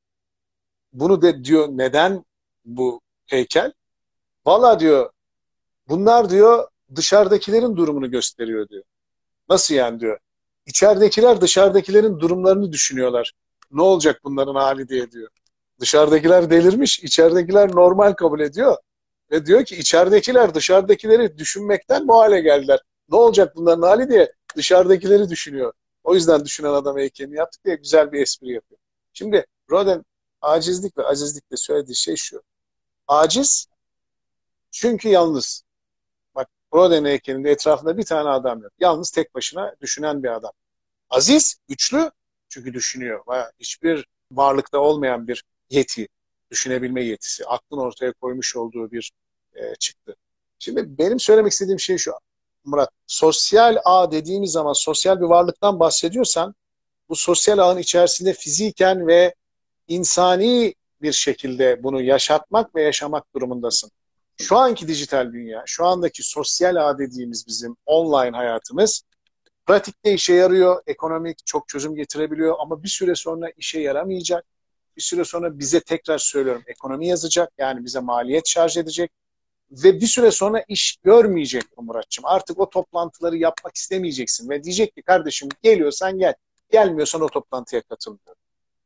[SPEAKER 2] bunu de diyor neden bu heykel? Valla diyor bunlar diyor dışarıdakilerin durumunu gösteriyor diyor. Nasıl yani diyor. İçeridekiler dışarıdakilerin durumlarını düşünüyorlar. Ne olacak bunların hali diye diyor. Dışarıdakiler delirmiş, içeridekiler normal kabul ediyor. Ve diyor ki içeridekiler dışarıdakileri düşünmekten bu hale geldiler. Ne olacak bunların hali diye dışarıdakileri düşünüyor. O yüzden düşünen adam heykelini yaptık diye güzel bir espri yapıyor. Şimdi Rodin acizlik ve azizlikle söylediği şey şu. Aciz çünkü yalnız. Bak Rodin heykelinde etrafında bir tane adam yok. Yalnız tek başına düşünen bir adam. Aziz, güçlü çünkü düşünüyor. Hiçbir varlıkta olmayan bir yeti, düşünebilme yetisi, aklın ortaya koymuş olduğu bir çıktı. Şimdi benim söylemek istediğim şey şu Murat. Sosyal ağ dediğimiz zaman sosyal bir varlıktan bahsediyorsan bu sosyal ağın içerisinde fiziken ve insani bir şekilde bunu yaşatmak ve yaşamak durumundasın. Şu anki dijital dünya, şu andaki sosyal ağ dediğimiz bizim online hayatımız pratikte işe yarıyor, ekonomik çok çözüm getirebiliyor ama bir süre sonra işe yaramayacak. Bir süre sonra bize tekrar söylüyorum ekonomi yazacak, yani bize maliyet şarj edecek ve bir süre sonra iş görmeyecek bu Muratçım. Artık o toplantıları yapmak istemeyeceksin ve diyecek ki kardeşim geliyorsan gel, gelmiyorsan o toplantıya katılmıyorum.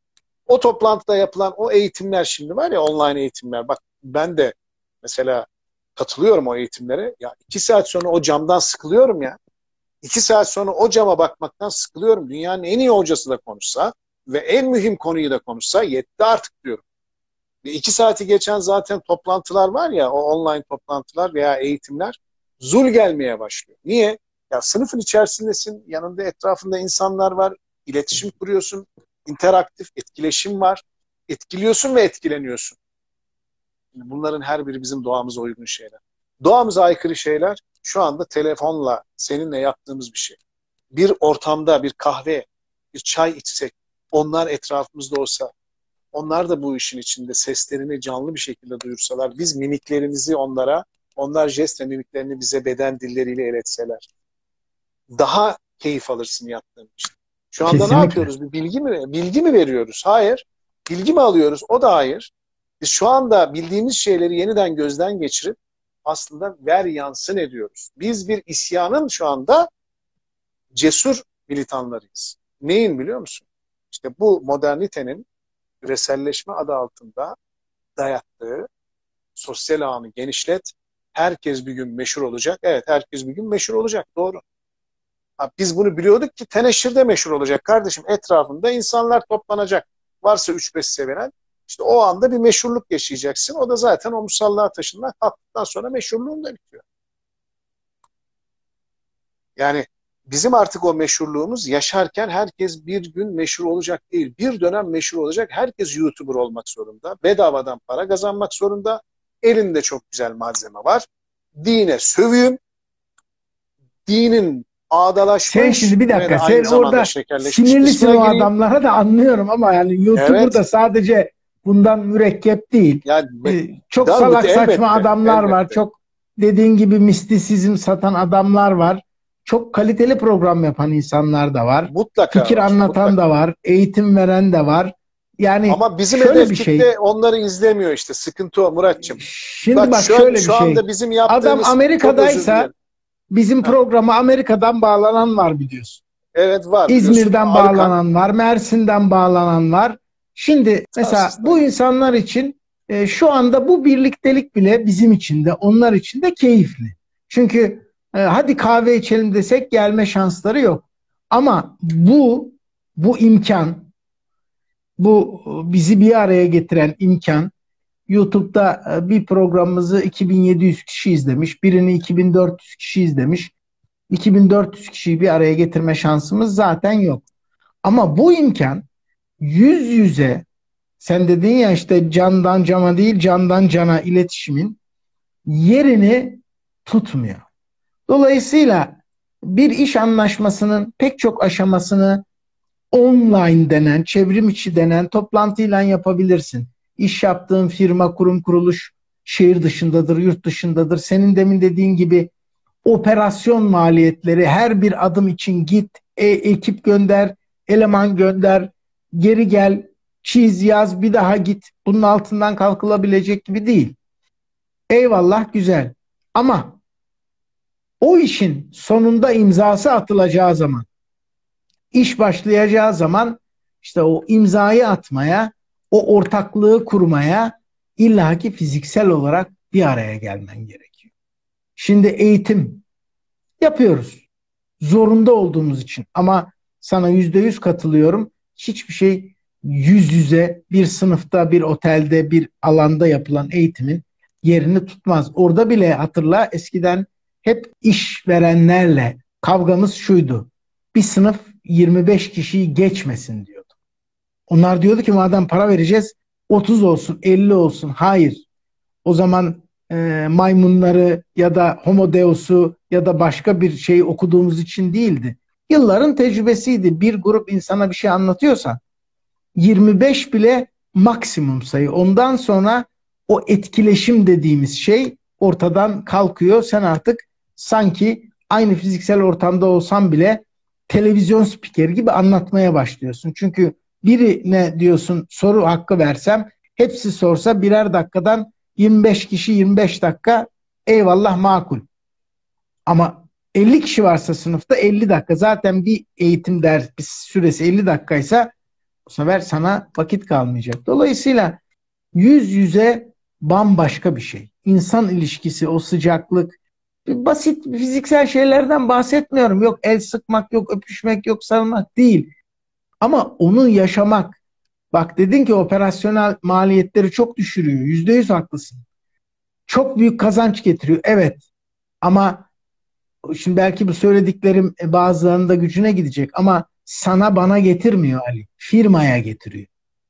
[SPEAKER 2] O toplantıda yapılan o eğitimler şimdi var ya, online eğitimler, bak ben de mesela katılıyorum o eğitimlere. Ya 2 saat sonra o camdan sıkılıyorum ya. 2 saat sonra o cama bakmaktan sıkılıyorum. Dünyanın en iyi hocası da konuşsa ve en mühim konuyu da konuşsa yetti artık diyorum. Ve 2 saati geçen zaten toplantılar var ya, o online toplantılar veya eğitimler zul gelmeye başlıyor. Niye? Ya sınıfın içerisindesin, yanında etrafında insanlar var, iletişim kuruyorsun, interaktif etkileşim var, etkiliyorsun ve etkileniyorsun. Bunların her biri bizim doğamıza uygun şeyler. Doğamıza aykırı şeyler şu anda telefonla seninle yaptığımız bir şey. Bir ortamda bir kahve, bir çay içsek, onlar etrafımızda olsa, onlar da bu işin içinde seslerini canlı bir şekilde duyursalar, biz mimiklerimizi onlara, onlar jest ve mimiklerini bize beden dilleriyle iletseler, daha keyif alırsın yaptığın için. Şu anda ne
[SPEAKER 1] Kesinlikle.
[SPEAKER 2] yapıyoruz? Bir bilgi mi veriyoruz? Hayır. Bilgi mi alıyoruz? O da hayır. Biz şu anda bildiğimiz şeyleri yeniden gözden geçirip aslında ver yansın ediyoruz. Biz bir isyanın şu anda cesur militanlarıyız. Neyin biliyor musun? İşte bu modernitenin küreselleşme adı altında dayattığı sosyal ağını genişlet. Herkes bir gün meşhur olacak. Evet, herkes bir gün meşhur olacak. Doğru. Ha, biz bunu biliyorduk ki teneşirde meşhur olacak kardeşim. Etrafında insanlar toplanacak. Varsa 3-5 sevenen. İşte o anda bir meşhurluk yaşayacaksın. O da zaten o musallığa taşından kalktıktan sonra meşhurluğun da bitiyor. Yani bizim artık o meşhurluğumuz yaşarken herkes bir gün meşhur olacak değil. Bir dönem meşhur olacak. Herkes YouTuber olmak zorunda. Bedavadan para kazanmak zorunda. Elinde çok güzel malzeme var. Dine sövüyüm. Dinin ağdalaşmış.
[SPEAKER 1] Sen şimdi bir dakika, sen orada
[SPEAKER 2] şekerleşmiş
[SPEAKER 1] sinirlisin o
[SPEAKER 2] gireyim.
[SPEAKER 1] adamlara da anlıyorum ama yani YouTuber
[SPEAKER 2] Evet.
[SPEAKER 1] da sadece bundan mürekkep değil.
[SPEAKER 2] Yani,
[SPEAKER 1] çok salak saçma adamlar var. Çok dediğin gibi mistisizm satan adamlar var. Çok kaliteli program yapan insanlar da var.
[SPEAKER 2] Mutlaka
[SPEAKER 1] Fikir
[SPEAKER 2] var,
[SPEAKER 1] anlatan
[SPEAKER 2] mutlaka
[SPEAKER 1] da var. Eğitim veren de var. Yani
[SPEAKER 2] ama bizim
[SPEAKER 1] şöyle
[SPEAKER 2] hedef
[SPEAKER 1] bir
[SPEAKER 2] kitle
[SPEAKER 1] şey.
[SPEAKER 2] onları izlemiyor işte. Sıkıntı o Muratçım.
[SPEAKER 1] Şimdi bak şöyle bir
[SPEAKER 2] şu
[SPEAKER 1] şey.
[SPEAKER 2] anda bizim yaptığımız,
[SPEAKER 1] Adam
[SPEAKER 2] çok özür
[SPEAKER 1] Amerika'daysa
[SPEAKER 2] dilerim.
[SPEAKER 1] bizim programa Amerika'dan bağlanan var biliyorsun.
[SPEAKER 2] Evet var.
[SPEAKER 1] İzmir'den bağlanan var, Mersin'den bağlanan var. Şimdi mesela bu insanlar için şu anda bu birliktelik bile bizim için de onlar için de keyifli. Çünkü hadi kahve içelim desek gelme şansları yok. Ama bu imkan, bu bizi bir araya getiren imkan, YouTube'da bir programımızı 2700 kişi izlemiş, birini 2400 kişi izlemiş. 2400 kişiyi bir araya getirme şansımız zaten yok. Ama bu imkan yüz yüze, sen dedin ya işte candan cana değil candan cana iletişimin yerini tutmuyor. Dolayısıyla bir iş anlaşmasının pek çok aşamasını online denen, çevrim içi denen toplantıyla yapabilirsin. İş yaptığın firma, kurum, kuruluş şehir dışındadır, yurt dışındadır. Senin demin dediğin gibi operasyon maliyetleri, her bir adım için git, ekip gönder, eleman gönder, geri gel, çiz, yaz, bir daha git. Bunun altından kalkılabilecek gibi değil. Eyvallah, güzel. Ama o işin sonunda imzası atılacağı zaman, iş başlayacağı zaman işte o imzayı atmaya, o ortaklığı kurmaya illaki fiziksel olarak bir araya gelmen gerekiyor. Şimdi eğitim yapıyoruz. Zorunda olduğumuz için. Ama sana %100 katılıyorum. Hiçbir şey yüz yüze bir sınıfta, bir otelde, bir alanda yapılan eğitimin yerini tutmaz. Orada bile hatırla, eskiden hep işverenlerle kavgamız şuydu. Bir sınıf 25 kişiyi geçmesin diyordu. Onlar diyordu ki madem para vereceğiz 30 olsun, 50 olsun. Hayır. O zaman maymunları ya da Homo Deus'u ya da başka bir şey okuduğumuz için değildi. Yılların tecrübesiydi. Bir grup insana bir şey anlatıyorsa 25 bile maksimum sayı. Ondan sonra o etkileşim dediğimiz şey ortadan kalkıyor. Sen artık sanki aynı fiziksel ortamda olsan bile televizyon spikeri gibi anlatmaya başlıyorsun. Çünkü birine diyorsun soru hakkı versem, hepsi sorsa birer dakikadan 25 kişi 25 dakika, eyvallah, makul. Ama 50 kişi varsa sınıfta 50 dakika. Zaten bir eğitim ders süresi 50 dakikaysa bu sefer sana vakit kalmayacak. Dolayısıyla yüz yüze bambaşka bir şey. İnsan ilişkisi, o sıcaklık, basit fiziksel şeylerden bahsetmiyorum. Yok el sıkmak, yok öpüşmek, yok sarılmak değil. Ama onu yaşamak. Bak dedin ki operasyonel maliyetleri çok düşürüyor. %100 haklısın. Çok büyük kazanç getiriyor. Evet. Ama şimdi belki bu söylediklerim bazılarının da gücüne gidecek ama sana bana getirmiyor Ali. Firmaya getiriyor.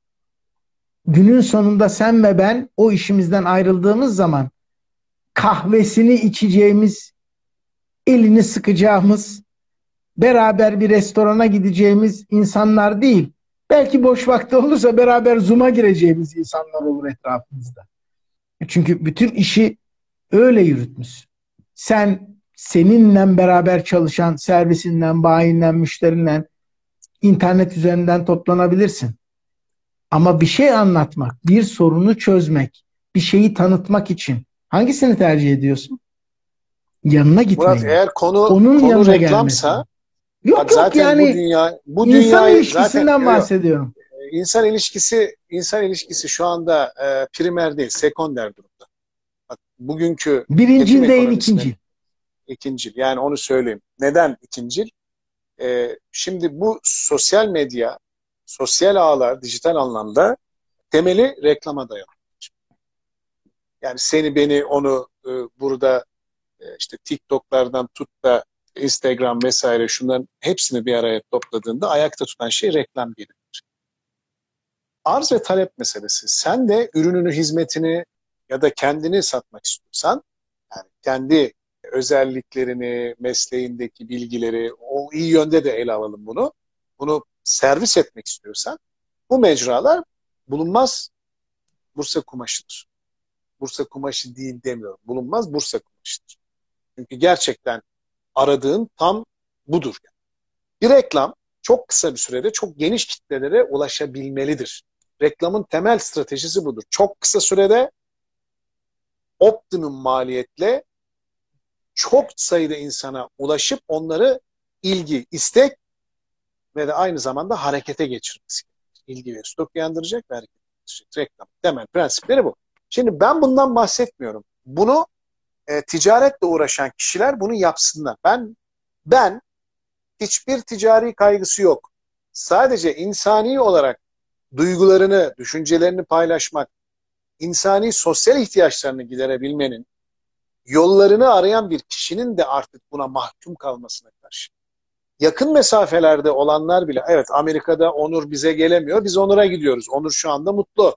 [SPEAKER 1] Günün sonunda sen ve ben o işimizden ayrıldığımız zaman kahvesini içeceğimiz, elini sıkacağımız, beraber bir restorana gideceğimiz insanlar değil. Belki boş vakti olursa beraber Zoom'a gireceğimiz insanlar olur etrafımızda. Çünkü bütün işi öyle yürütmüş. Sen seninle beraber çalışan servisinden, bayinden, müşterinle internet üzerinden toplanabilirsin. Ama bir şey anlatmak, bir sorunu çözmek, bir şeyi tanıtmak için Hangisini tercih ediyorsun? Yanına
[SPEAKER 2] Murat,
[SPEAKER 1] gitmeyi mi?
[SPEAKER 2] eğer
[SPEAKER 1] Onun
[SPEAKER 2] konu
[SPEAKER 1] yanına gelmesi
[SPEAKER 2] reklamsa,
[SPEAKER 1] mi? Yok
[SPEAKER 2] bak
[SPEAKER 1] yok,
[SPEAKER 2] zaten
[SPEAKER 1] yani
[SPEAKER 2] bu
[SPEAKER 1] insan
[SPEAKER 2] dünyayı zaten
[SPEAKER 1] ilişkisinden bahsediyorum.
[SPEAKER 2] insan ilişkisi şu anda primer değil, sekonder durumda. Bak, bugünkü tüketim
[SPEAKER 1] Birincil değil,
[SPEAKER 2] ekonomisinin
[SPEAKER 1] ikincil.
[SPEAKER 2] ikincil. Yani onu söyleyeyim. Neden ikincil? Şimdi bu sosyal medya, sosyal ağlar dijital anlamda temeli reklama dayalı. Yani seni, beni, onu burada işte TikTok'lardan tut da Instagram vesaire, şunların hepsini bir araya topladığında ayakta tutan şey reklam gelir. Arz ve talep meselesi. Sen de ürününü, hizmetini ya da kendini satmak istiyorsan, yani kendi özelliklerini, mesleğindeki bilgileri, o iyi yönde de ele alalım bunu. Bunu servis etmek istiyorsan, bu mecralar bulunmaz Bursa kumaşıdır. Bursa kumaşı değil demiyorum. Bulunmaz Bursa kumaşıdır. Çünkü gerçekten aradığın tam budur. Bir reklam çok kısa bir sürede çok geniş kitlelere ulaşabilmelidir. Reklamın temel stratejisi budur. Çok kısa sürede optimum maliyetle çok sayıda insana ulaşıp onları ilgi, istek ve de aynı zamanda harekete geçirmesi. İlgi ve istek uyandıracak ve hareket edecek. Reklam temel prensipleri bu. Şimdi ben bundan bahsetmiyorum. Bunu ticaretle uğraşan kişiler bunu yapsınlar. Ben hiçbir ticari kaygısı yok. Sadece insani olarak duygularını, düşüncelerini paylaşmak, insani sosyal ihtiyaçlarını giderebilmenin yollarını arayan bir kişinin de artık buna mahkum kalmasına karşı. Yakın mesafelerde olanlar bile, evet, Amerika'da Onur bize gelemiyor, biz Onur'a gidiyoruz. Onur şu anda mutlu.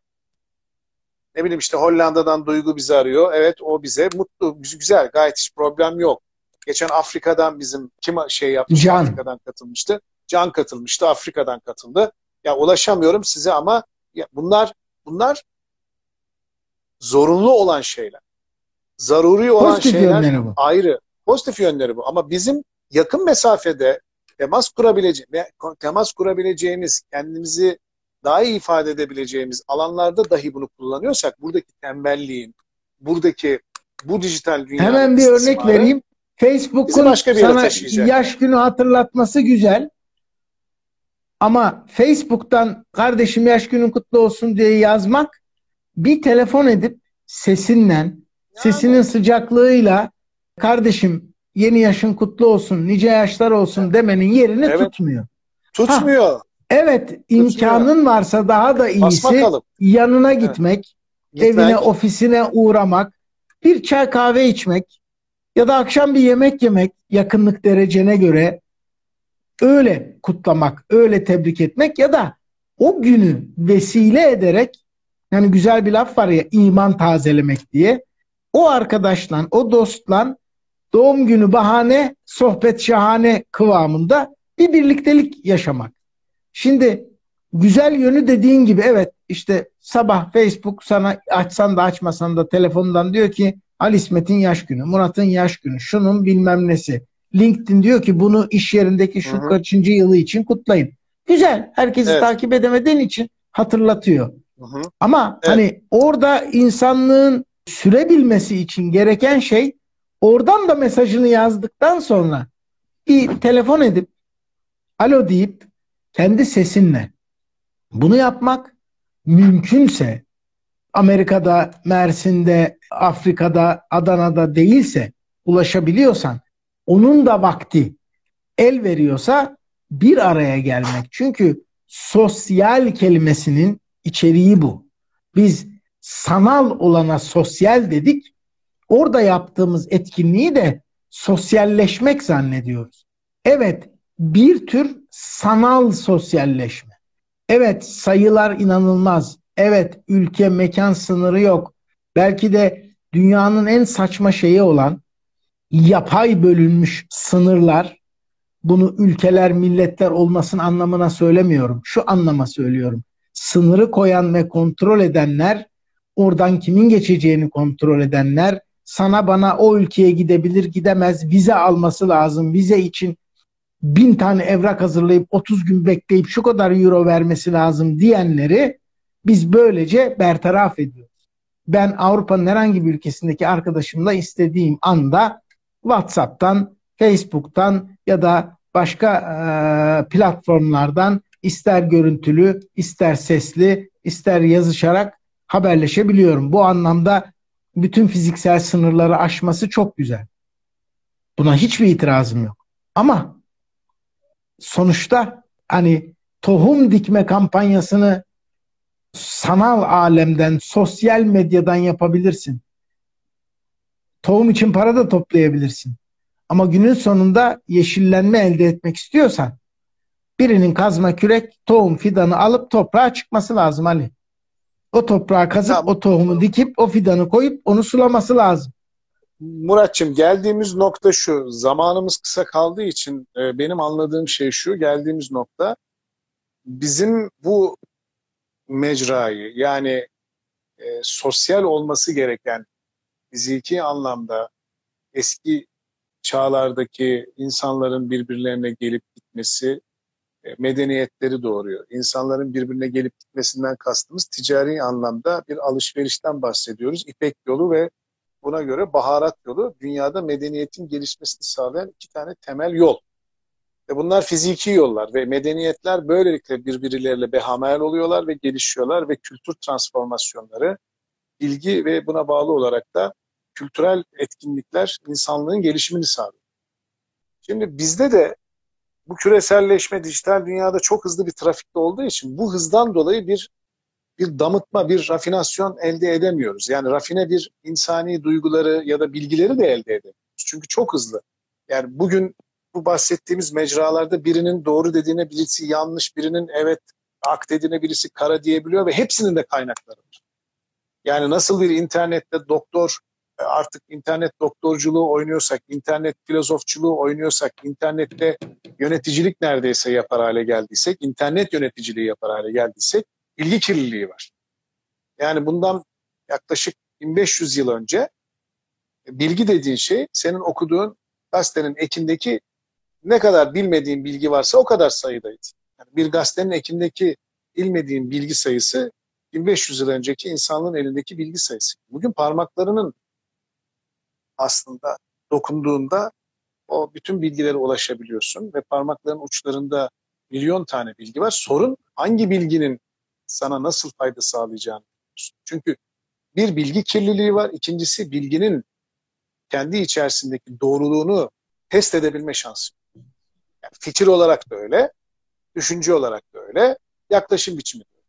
[SPEAKER 2] Ne bileyim, işte Hollanda'dan Duygu bizi arıyor. Evet, o bize mutlu, güzel, gayet hiç problem yok. Geçen Afrika'dan bizim kim yapmıştı,
[SPEAKER 1] Can.
[SPEAKER 2] Afrika'dan katılmıştı. Can katılmıştı, Afrika'dan katıldı. Ya ulaşamıyorum size ama ya bunlar zorunlu olan şeyler. Zaruri olan
[SPEAKER 1] Pozitif
[SPEAKER 2] şeyler
[SPEAKER 1] yönleri bu.
[SPEAKER 2] ayrı. Pozitif yönleri bu. Ama bizim yakın mesafede temas kurabileceğimiz, kendimizi daha iyi ifade edebileceğimiz alanlarda dahi bunu kullanıyorsak, buradaki tembelliğin, buradaki bu dijital dünyanın
[SPEAKER 1] Hemen bir örnek
[SPEAKER 2] istismarı
[SPEAKER 1] vereyim.
[SPEAKER 2] bizi
[SPEAKER 1] Facebook'un
[SPEAKER 2] başka bir yere
[SPEAKER 1] sana
[SPEAKER 2] taşıyacak.
[SPEAKER 1] yaş günü hatırlatması güzel. Ama Facebook'tan kardeşim yaş günün kutlu olsun diye yazmak, bir telefon edip sesinle, sesinin
[SPEAKER 2] Yani
[SPEAKER 1] sıcaklığıyla kardeşim yeni yaşın kutlu olsun, nice yaşlar olsun demenin yerini
[SPEAKER 2] evet,
[SPEAKER 1] tutmuyor. Ha,
[SPEAKER 2] tutmuyor.
[SPEAKER 1] evet,
[SPEAKER 2] Tutmuyor.
[SPEAKER 1] imkanın varsa daha da
[SPEAKER 2] Basma
[SPEAKER 1] iyisi
[SPEAKER 2] kalıp.
[SPEAKER 1] yanına
[SPEAKER 2] Evet.
[SPEAKER 1] gitmek, evine,
[SPEAKER 2] Gitmek.
[SPEAKER 1] ofisine uğramak, bir çay kahve içmek ya da akşam bir yemek yemek, yakınlık derecene göre öyle kutlamak, öyle tebrik etmek ya da o günü vesile ederek, yani güzel bir laf var ya, iman tazelemek diye, o arkadaşla, o dostla doğum günü bahane, sohbet şahane kıvamında bir birliktelik yaşamak. Şimdi güzel yönü dediğin gibi, evet, işte sabah Facebook sana açsan da açmasan da telefonundan diyor ki Ali İsmet'in yaş günü, Murat'ın yaş günü, şunun bilmem nesi. LinkedIn diyor ki bunu iş yerindeki
[SPEAKER 2] Hı
[SPEAKER 1] şu
[SPEAKER 2] hı.
[SPEAKER 1] kaçıncı yılı için kutlayın. Güzel, herkesi
[SPEAKER 2] Evet.
[SPEAKER 1] takip edemediğin için hatırlatıyor.
[SPEAKER 2] Hı hı.
[SPEAKER 1] Ama
[SPEAKER 2] Evet.
[SPEAKER 1] hani orada insanlığın sürebilmesi için gereken şey, oradan da mesajını yazdıktan sonra bir telefon edip alo deyip kendi sesinle bunu yapmak, mümkünse Amerika'da, Mersin'de, Afrika'da, Adana'da değilse, ulaşabiliyorsan, onun da vakti el veriyorsa bir araya gelmek. Çünkü sosyal kelimesinin içeriği bu. Biz sanal olana sosyal dedik. Orada yaptığımız etkinliği de sosyalleşmek zannediyoruz. Evet, bir tür sanal sosyalleşme. Evet, sayılar inanılmaz. Evet, ülke mekan sınırı yok. Belki de dünyanın en saçma şeyi olan yapay bölünmüş sınırlar, bunu ülkeler, milletler olmasın anlamına söylemiyorum. Şu anlama söylüyorum. Sınırı koyan ve kontrol edenler, oradan kimin geçeceğini kontrol edenler, sana bana o ülkeye gidebilir gidemez, vize alması lazım, vize için 1.000 tane evrak hazırlayıp 30 gün bekleyip şu kadar euro vermesi lazım diyenleri biz böylece bertaraf ediyoruz. Ben Avrupa'nın herhangi bir ülkesindeki arkadaşımla istediğim anda WhatsApp'tan, Facebook'tan ya da başka platformlardan ister görüntülü, ister sesli, ister yazışarak haberleşebiliyorum. Bu anlamda bütün fiziksel sınırları aşması çok güzel. Buna hiçbir itirazım yok. Ama sonuçta hani tohum dikme kampanyasını sanal alemden, sosyal medyadan yapabilirsin. Tohum için para da toplayabilirsin. Ama günün sonunda yeşillenme elde etmek istiyorsan birinin kazma kürek tohum fidanı alıp toprağa çıkması lazım Ali. O toprağa kazıp
[SPEAKER 2] Tamam.
[SPEAKER 1] o tohumu dikip o fidanı koyup onu sulaması lazım.
[SPEAKER 2] Muratçım, geldiğimiz nokta şu. Zamanımız kısa kaldığı için benim anladığım şey şu. Geldiğimiz nokta, bizim bu mecrayı, yani sosyal olması gereken, fiziki anlamda eski çağlardaki insanların birbirlerine gelip gitmesi medeniyetleri doğuruyor. İnsanların birbirine gelip gitmesinden kastımız ticari anlamda bir alışverişten bahsediyoruz. İpek yolu ve buna göre baharat yolu, dünyada medeniyetin gelişmesini sağlayan iki tane temel yol. Ve bunlar fiziki yollar ve medeniyetler böylelikle birbirleriyle behamel oluyorlar ve gelişiyorlar ve kültür transformasyonları, bilgi ve buna bağlı olarak da kültürel etkinlikler insanlığın gelişimini sağlıyor. Şimdi bizde de bu küreselleşme, dijital dünyada çok hızlı bir trafikte olduğu için bu hızdan dolayı bir damıtma, bir rafinasyon elde edemiyoruz. Yani rafine bir insani duyguları ya da bilgileri de elde edemiyoruz. Çünkü çok hızlı. Yani bugün bu bahsettiğimiz mecralarda birinin doğru dediğine birisi yanlış, birinin evet ak dediğine birisi kara diyebiliyor ve hepsinin de kaynakları var. Yani nasıl bir internette doktor, artık internet doktorculuğu oynuyorsak, internet filozofçuluğu oynuyorsak, internette yöneticilik neredeyse yapar hale geldiysek, internet yöneticiliği yapar hale geldiysek, bilgi kirliliği var. Yani bundan yaklaşık 1500 yıl önce bilgi dediğin şey senin okuduğun gazetenin ekindeki ne kadar bilmediğin bilgi varsa o kadar sayıdaydı. Yani bir gazetenin ekindeki bilmediğin bilgi sayısı 1500 yıl önceki insanlığın elindeki bilgi sayısı. Bugün parmaklarının aslında dokunduğunda o bütün bilgilere ulaşabiliyorsun ve parmakların uçlarında milyon tane bilgi var. Sorun hangi bilginin sana nasıl fayda sağlayacağını biliyorsun. Çünkü bir bilgi kirliliği var. İkincisi, bilginin kendi içerisindeki doğruluğunu test edebilme şansı. Yani fikir olarak da öyle, düşünce olarak da öyle, yaklaşım biçimi de öyle.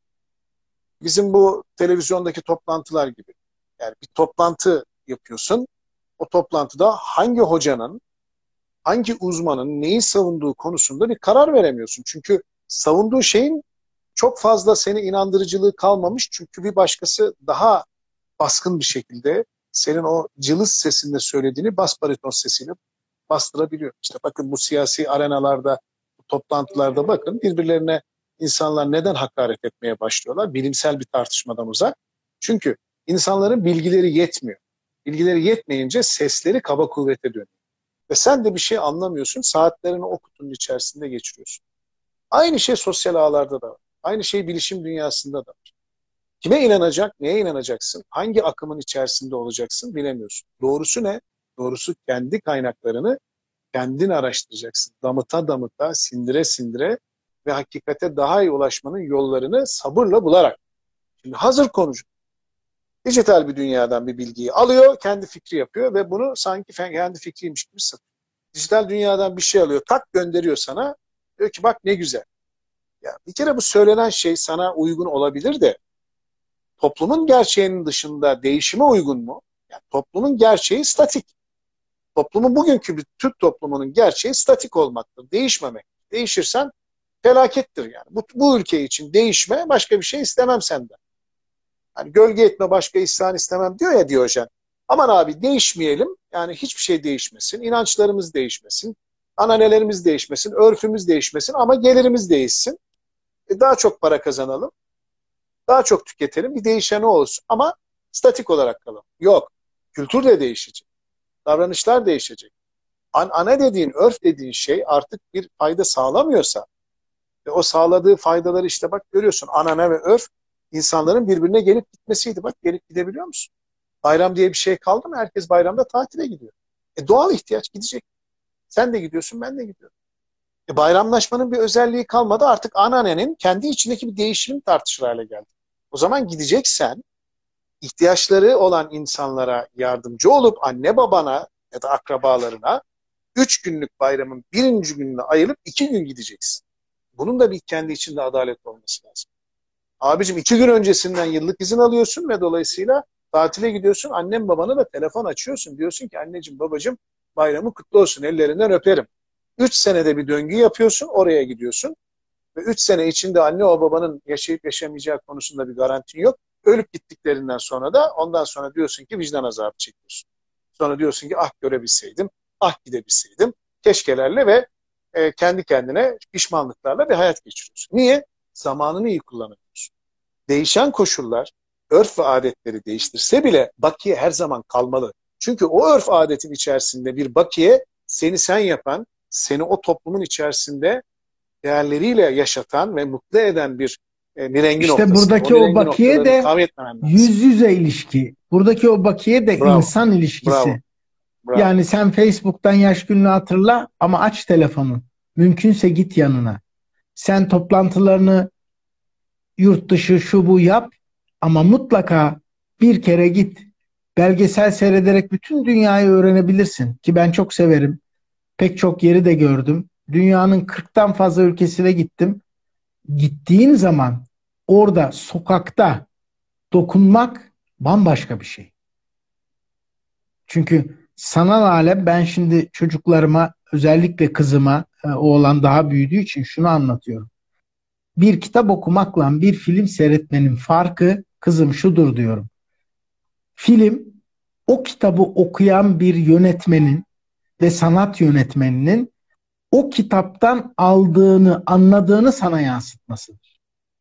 [SPEAKER 2] Bizim bu televizyondaki toplantılar gibi. Yani bir toplantı yapıyorsun. O toplantıda hangi hocanın, hangi uzmanın neyi savunduğu konusunda bir karar veremiyorsun. Çünkü savunduğu şeyin çok fazla seni inandırıcılığı kalmamış. Çünkü bir başkası daha baskın bir şekilde senin o cılız sesinde söylediğini bas bariton sesiyle bastırabiliyor. İşte bakın bu siyasi arenalarda, bu toplantılarda bakın birbirlerine insanlar neden hakaret etmeye başlıyorlar? Bilimsel bir tartışmadan uzak. Çünkü insanların bilgileri yetmiyor. Bilgileri yetmeyince sesleri kaba kuvvete dönüyor. Ve sen de bir şey anlamıyorsun, saatlerini o kutunun içerisinde geçiriyorsun. Aynı şey sosyal ağlarda da var. Aynı şey bilişim dünyasında da var. Kime inanacak, neye inanacaksın, hangi akımın içerisinde olacaksın bilemiyorsun. Doğrusu ne? Doğrusu kendi kaynaklarını kendin araştıracaksın. Damıta damıta, sindire sindire ve hakikate daha iyi ulaşmanın yollarını sabırla bularak. Şimdi hazır konucu. Dijital bir dünyadan bir bilgiyi alıyor, kendi fikri yapıyor ve bunu sanki kendi fikriymiş gibi satıyor. Dijital dünyadan bir şey alıyor, tak gönderiyor sana. Diyor ki bak ne güzel. Ya bir kere bu söylenen şey sana uygun olabilir de toplumun gerçeğinin dışında değişime uygun mu? Yani toplumun gerçeği statik. Toplumun bugünkü bir Türk toplumunun gerçeği statik olmaktır. Değişmemek. Değişirsen felakettir yani. Bu ülke için değişme, başka bir şey istemem senden. Hani gölge etme, başka ihsan istemem diyor ya Diyojen. Aman abi değişmeyelim. Yani hiçbir şey değişmesin. İnançlarımız değişmesin. Ananelerimiz değişmesin. Örfümüz değişmesin ama gelirimiz değişsin. Daha çok para kazanalım. Daha çok tüketelim. Bir değişeni olsun. Ama statik olarak kalalım. Yok. Kültür de değişecek. Davranışlar değişecek. Ana dediğin, örf dediğin şey artık bir fayda sağlamıyorsa ve o sağladığı faydaları işte bak görüyorsun, anane ve örf İnsanların birbirine gelip gitmesiydi. Bak gelip gidebiliyor musun? Bayram diye bir şey kaldı mı? Herkes bayramda tatile gidiyor. Doğal ihtiyaç gidecek. Sen de gidiyorsun, ben de gidiyorum. Bayramlaşmanın bir özelliği kalmadı. Artık anneannenin kendi içindeki bir değişim tartışılır hale geldi. O zaman gideceksen ihtiyaçları olan insanlara yardımcı olup anne babana ya da akrabalarına 3 günlük bayramın birinci gününe ayırıp 2 gün gideceksin. Bunun da bir kendi içinde adalet olması lazım. Abicim 2 gün öncesinden yıllık izin alıyorsun ve dolayısıyla tatile gidiyorsun. Annem babana da telefon açıyorsun. Diyorsun ki anneciğim babacığım bayramı kutlu olsun, ellerinden öperim. 3 senede bir döngü yapıyorsun, oraya gidiyorsun. Ve 3 sene içinde anne o babanın yaşayıp yaşamayacağı konusunda bir garantin yok. Ölüp gittiklerinden sonra da ondan sonra diyorsun ki vicdan azabı çekiyorsun. Sonra diyorsun ki ah görebilseydim, ah gidebilseydim. Keşkelerle ve kendi kendine pişmanlıklarla bir hayat geçiriyorsun. Niye? Zamanını iyi kullanamıyorsun. Değişen koşullar örf ve adetleri değiştirse bile bakiye her zaman kalmalı. Çünkü o örf adetin içerisinde bir bakiye seni sen yapan, seni o toplumun içerisinde değerleriyle yaşatan ve mutlu eden bir mirengi
[SPEAKER 1] İşte
[SPEAKER 2] noktası.
[SPEAKER 1] buradaki o bakiye de yüz yüze ilişki. Buradaki o bakiye de
[SPEAKER 2] bravo,
[SPEAKER 1] insan ilişkisi.
[SPEAKER 2] Bravo, bravo.
[SPEAKER 1] Yani sen Facebook'tan yaş gününü hatırla ama aç telefonu. Mümkünse git yanına. Sen toplantılarını yurt dışı şu bu yap ama mutlaka bir kere git. Belgesel seyrederek bütün dünyayı öğrenebilirsin ki ben çok severim. Pek çok yeri de gördüm. Dünyanın 40'tan fazla ülkesine gittim. Gittiğin zaman orada sokakta dokunmak bambaşka bir şey. Çünkü sanal alem, ben şimdi çocuklarıma, özellikle kızıma, oğlan daha büyüdüğü için şunu anlatıyorum. Bir kitap okumakla bir film seyretmenin farkı kızım şudur diyorum. Film o kitabı okuyan bir yönetmenin ve sanat yönetmeninin o kitaptan aldığını, anladığını sana yansıtmasıdır.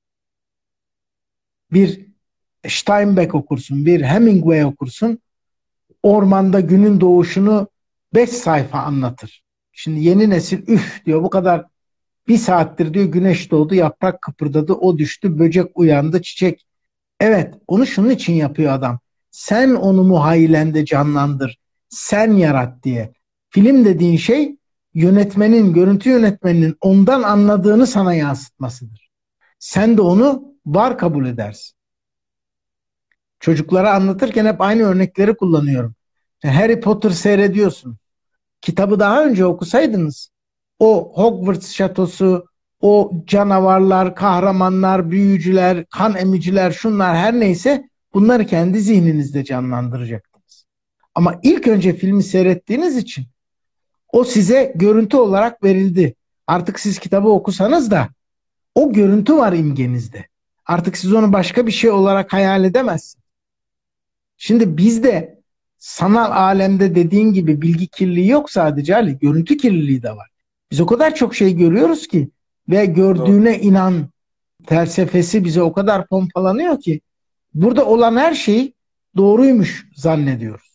[SPEAKER 1] Bir Steinbeck okursun, bir Hemingway okursun, ormanda günün doğuşunu 5 sayfa anlatır. Şimdi yeni nesil üf diyor, bu kadar 1 saattir diyor güneş doğdu, yaprak kıpırdadı, o düştü, böcek uyandı, çiçek. Evet, onu şunun için yapıyor adam. Sen onu muhayyilende canlandır, sen yarat diye. Film dediğin şey yönetmenin, görüntü yönetmeninin ondan anladığını sana yansıtmasıdır. Sen de onu var kabul edersin. Çocuklara anlatırken hep aynı örnekleri kullanıyorum. Harry Potter seyrediyorsun. Kitabı daha önce okusaydınız o Hogwarts şatosu, o canavarlar, kahramanlar, büyücüler, kan emiciler, şunlar her neyse bunları kendi zihninizde canlandıracaktınız. Ama ilk önce filmi seyrettiğiniz için o size görüntü olarak verildi. Artık siz kitabı okusanız da o görüntü var imgenizde. Artık siz onu başka bir şey olarak hayal edemezsiniz. Şimdi bizde sanal alemde dediğin gibi bilgi kirliliği yok sadece Ali, görüntü kirliliği de var. Biz o kadar çok şey görüyoruz ki ve gördüğüne inan felsefesi bize o kadar pompalanıyor ki burada olan her şey doğruymuş zannediyoruz.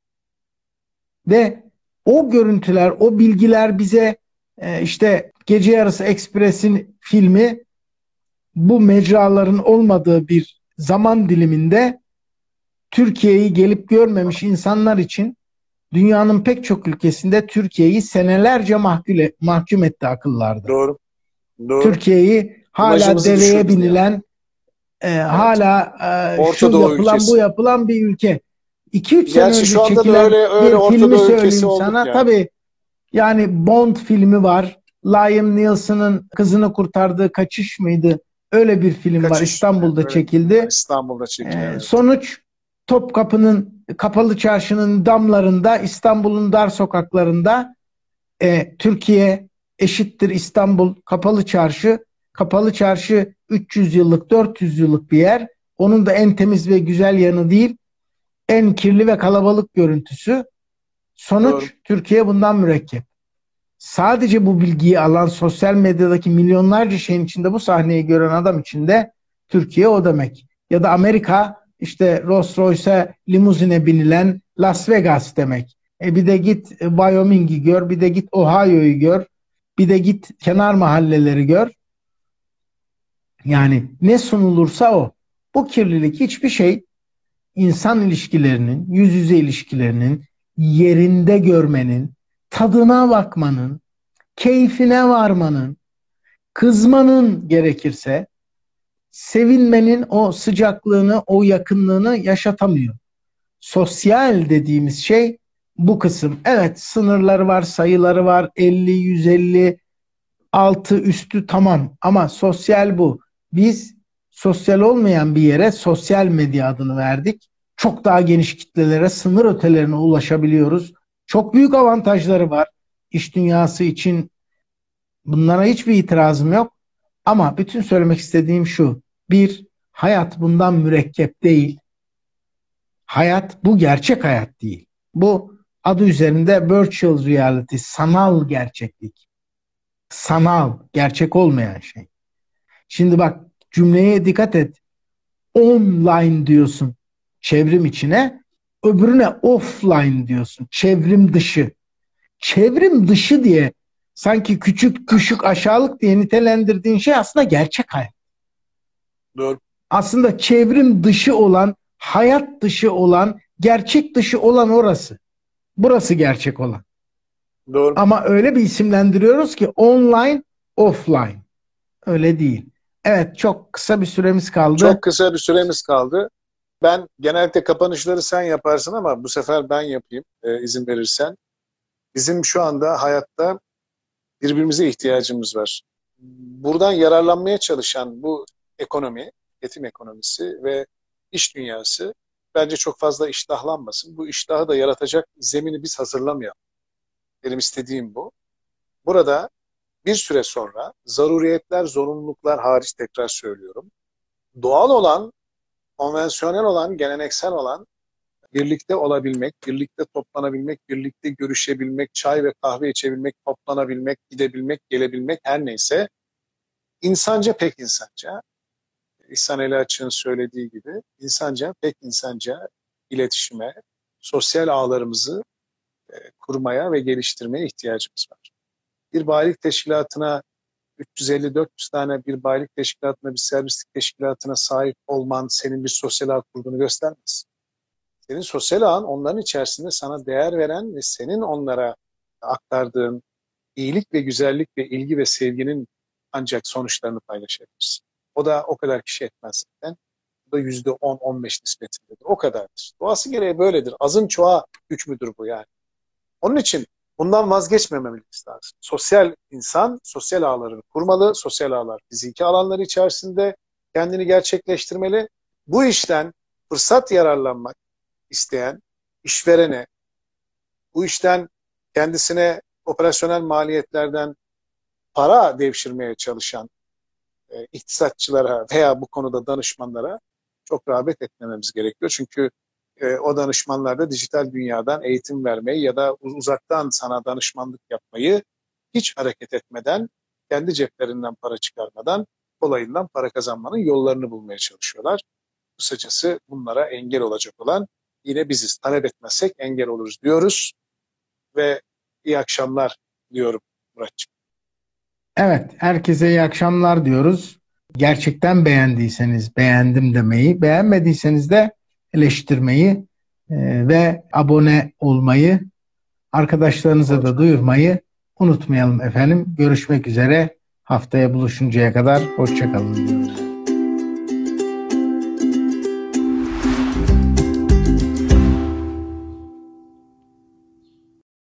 [SPEAKER 1] Ve o görüntüler, o bilgiler bize işte Gece Yarısı Ekspres'in filmi bu mecraların olmadığı bir zaman diliminde Türkiye'yi gelip görmemiş insanlar için dünyanın pek çok ülkesinde Türkiye'yi senelerce mahkum etti akıllarda.
[SPEAKER 2] Doğru. Doğru.
[SPEAKER 1] Türkiye'yi hala deveye binilen, evet, hala şu yapılan ülkesi, bu yapılan bir ülke. 2-3 sene önce çekilen bir filmi söyleyeyim sana. Yani. Tabii yani Bond filmi var. Liam Neeson'ın kızını kurtardığı Kaçış mıydı? Öyle bir film var. İstanbul'da evet, çekildi.
[SPEAKER 2] İstanbul'da çekildi. Evet.
[SPEAKER 1] Sonuç Topkapı'nın, Kapalı Çarşı'nın damlarında, İstanbul'un dar sokaklarında Türkiye eşittir İstanbul, Kapalı Çarşı. Kapalı Çarşı 300 yıllık, 400 yıllık bir yer. Onun da en temiz ve güzel yanı değil, en kirli ve kalabalık görüntüsü. Sonuç doğru. Türkiye bundan mürekkep. Sadece bu bilgiyi alan sosyal medyadaki milyonlarca şeyin içinde bu sahneyi gören adam için de Türkiye o demek. Ya da Amerika işte Rolls Royce'e limuzine binilen Las Vegas demek. Bir de git Wyoming'i gör, bir de git Ohio'yu gör, bir de git kenar mahalleleri gör. Yani ne sunulursa o. Bu kirlilik hiçbir şey insan ilişkilerinin, yüz yüze ilişkilerinin yerinde görmenin, tadına bakmanın, keyfine varmanın, kızmanın gerekirse sevinmenin o sıcaklığını, o yakınlığını yaşatamıyor. Sosyal dediğimiz şey bu kısım. Evet, sınırları var, sayıları var. 50, 150, altı, üstü tamam. Ama sosyal bu. Biz sosyal olmayan bir yere sosyal medya adını verdik. Çok daha geniş kitlelere, sınır ötelerine ulaşabiliyoruz. Çok büyük avantajları var. İş dünyası için bunlara hiçbir itirazım yok. Ama bütün söylemek istediğim şu. Bir, hayat bundan mürekkep değil. Hayat bu gerçek hayat değil. Bu adı üzerinde virtual reality, sanal gerçeklik. Sanal, gerçek olmayan şey. Şimdi bak, cümleye dikkat et. Online diyorsun çevrim içine, öbürüne offline diyorsun çevrim dışı. Çevrim dışı diye sanki küçük, düşük, aşağılık diye nitelendirdiğin şey aslında gerçek hayat.
[SPEAKER 2] Doğru.
[SPEAKER 1] Aslında çevrim dışı olan, hayat dışı olan, gerçek dışı olan orası. Burası gerçek olan.
[SPEAKER 2] Doğru.
[SPEAKER 1] Ama öyle bir isimlendiriyoruz ki online, offline. Öyle değil. Evet, çok kısa bir süremiz kaldı.
[SPEAKER 2] Çok kısa bir süremiz kaldı. Ben genellikle kapanışları sen yaparsın ama bu sefer ben yapayım izin verirsen. Bizim şu anda hayatta birbirimize ihtiyacımız var. Buradan yararlanmaya çalışan bu ekonomi, tüketim ekonomisi ve iş dünyası bence çok fazla iştahlanmasın. Bu iştahı da yaratacak zemini biz hazırlamayalım. Benim istediğim bu. Burada bir süre sonra zaruriyetler, zorunluluklar hariç tekrar söylüyorum. Doğal olan, konvansiyonel olan, geleneksel olan birlikte olabilmek, birlikte toplanabilmek, birlikte görüşebilmek, çay ve kahve içebilmek, toplanabilmek, gidebilmek, gelebilmek her neyse insanca pek insanca, İhsan Eli Açık'ın söylediği gibi insanca pek insanca iletişime, sosyal ağlarımızı kurmaya ve geliştirmeye ihtiyacımız var. Bir bayilik teşkilatına 350-400 tane bir bayilik teşkilatına, bir servislik teşkilatına sahip olman senin bir sosyal ağ kurduğunu göstermez. Senin sosyal ağın onların içerisinde sana değer veren ve senin onlara aktardığın iyilik ve güzellik ve ilgi ve sevginin ancak sonuçlarını paylaşabilirsin. O da o kadar kişi etmez zaten. O da %10-15 nispetindedir. O kadardır. Doğası gereği böyledir. Azın çoğa hükmüdür bu yani. Onun için bundan vazgeçmememiz lazım. Sosyal insan sosyal ağlarını kurmalı. Sosyal ağlar fiziki alanları içerisinde kendini gerçekleştirmeli. Bu işten fırsat yararlanmak isteyen işverene, bu işten kendisine operasyonel maliyetlerden para devşirmeye çalışan iktisatçılara veya bu konuda danışmanlara çok rağbet etmememiz gerekiyor. Çünkü o danışmanlar da dijital dünyadan eğitim vermeyi ya da uzaktan sana danışmanlık yapmayı hiç hareket etmeden, kendi ceplerinden para çıkarmadan kolayından para kazanmanın yollarını bulmaya çalışıyorlar. Kısacası bunlara engel olacak olan yine biziz. Talep etmezsek engel oluruz diyoruz ve iyi akşamlar diyorum Muratçığım.
[SPEAKER 1] Evet, herkese iyi akşamlar diyoruz. Gerçekten beğendiyseniz beğendim demeyi, beğenmediyseniz de eleştirmeyi ve abone olmayı, arkadaşlarınıza da duyurmayı unutmayalım efendim. Görüşmek üzere. Haftaya buluşuncaya kadar hoşça kalın diyoruz.